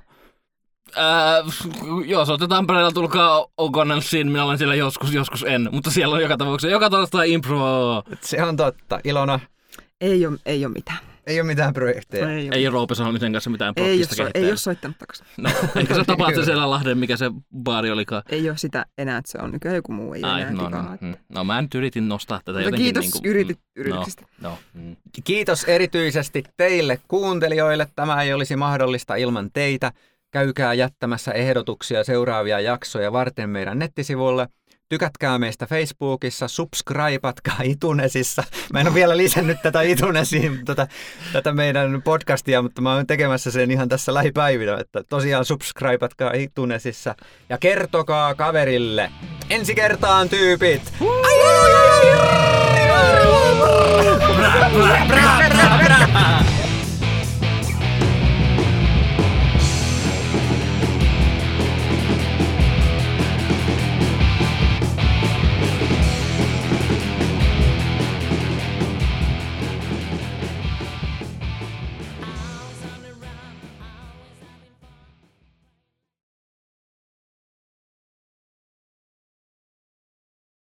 Jos olette Tampereella, tulkaa O'Connellsiin. Minä olen siellä joskus en. Mutta siellä on joka tapauksessa joka torstai impro.
Se on totta. Ilona?
Ei ole mitään.
Ei ole mitään projekteja.
Ei Roope Salmisen kanssa mitään prokkista kehittäjää.
Ei ole soittanut takaisin.
No, ehkä sä tapaat se siellä Lahden, mikä se baari olikaan.
Ei ole sitä enää, että se on nykyään joku muu. Ei enää
no mä nyt yritin nostaa tätä
mutta
jotenkin.
Kiitos yrityksestä.
Kiitos erityisesti teille kuuntelijoille. Tämä ei olisi mahdollista ilman teitä. Käykää jättämässä ehdotuksia seuraavia jaksoja varten meidän nettisivulle. Tykätkää meistä Facebookissa, subscribeatkaa iTunesissa. Mä en ole vielä lisännyt tätä iTunesiin, tätä meidän podcastia, mutta mä oon tekemässä sen ihan tässä lähipäivinä. Että tosiaan subscribeatkaa iTunesissa ja kertokaa kaverille. Ensi kertaan, tyypit! Ai!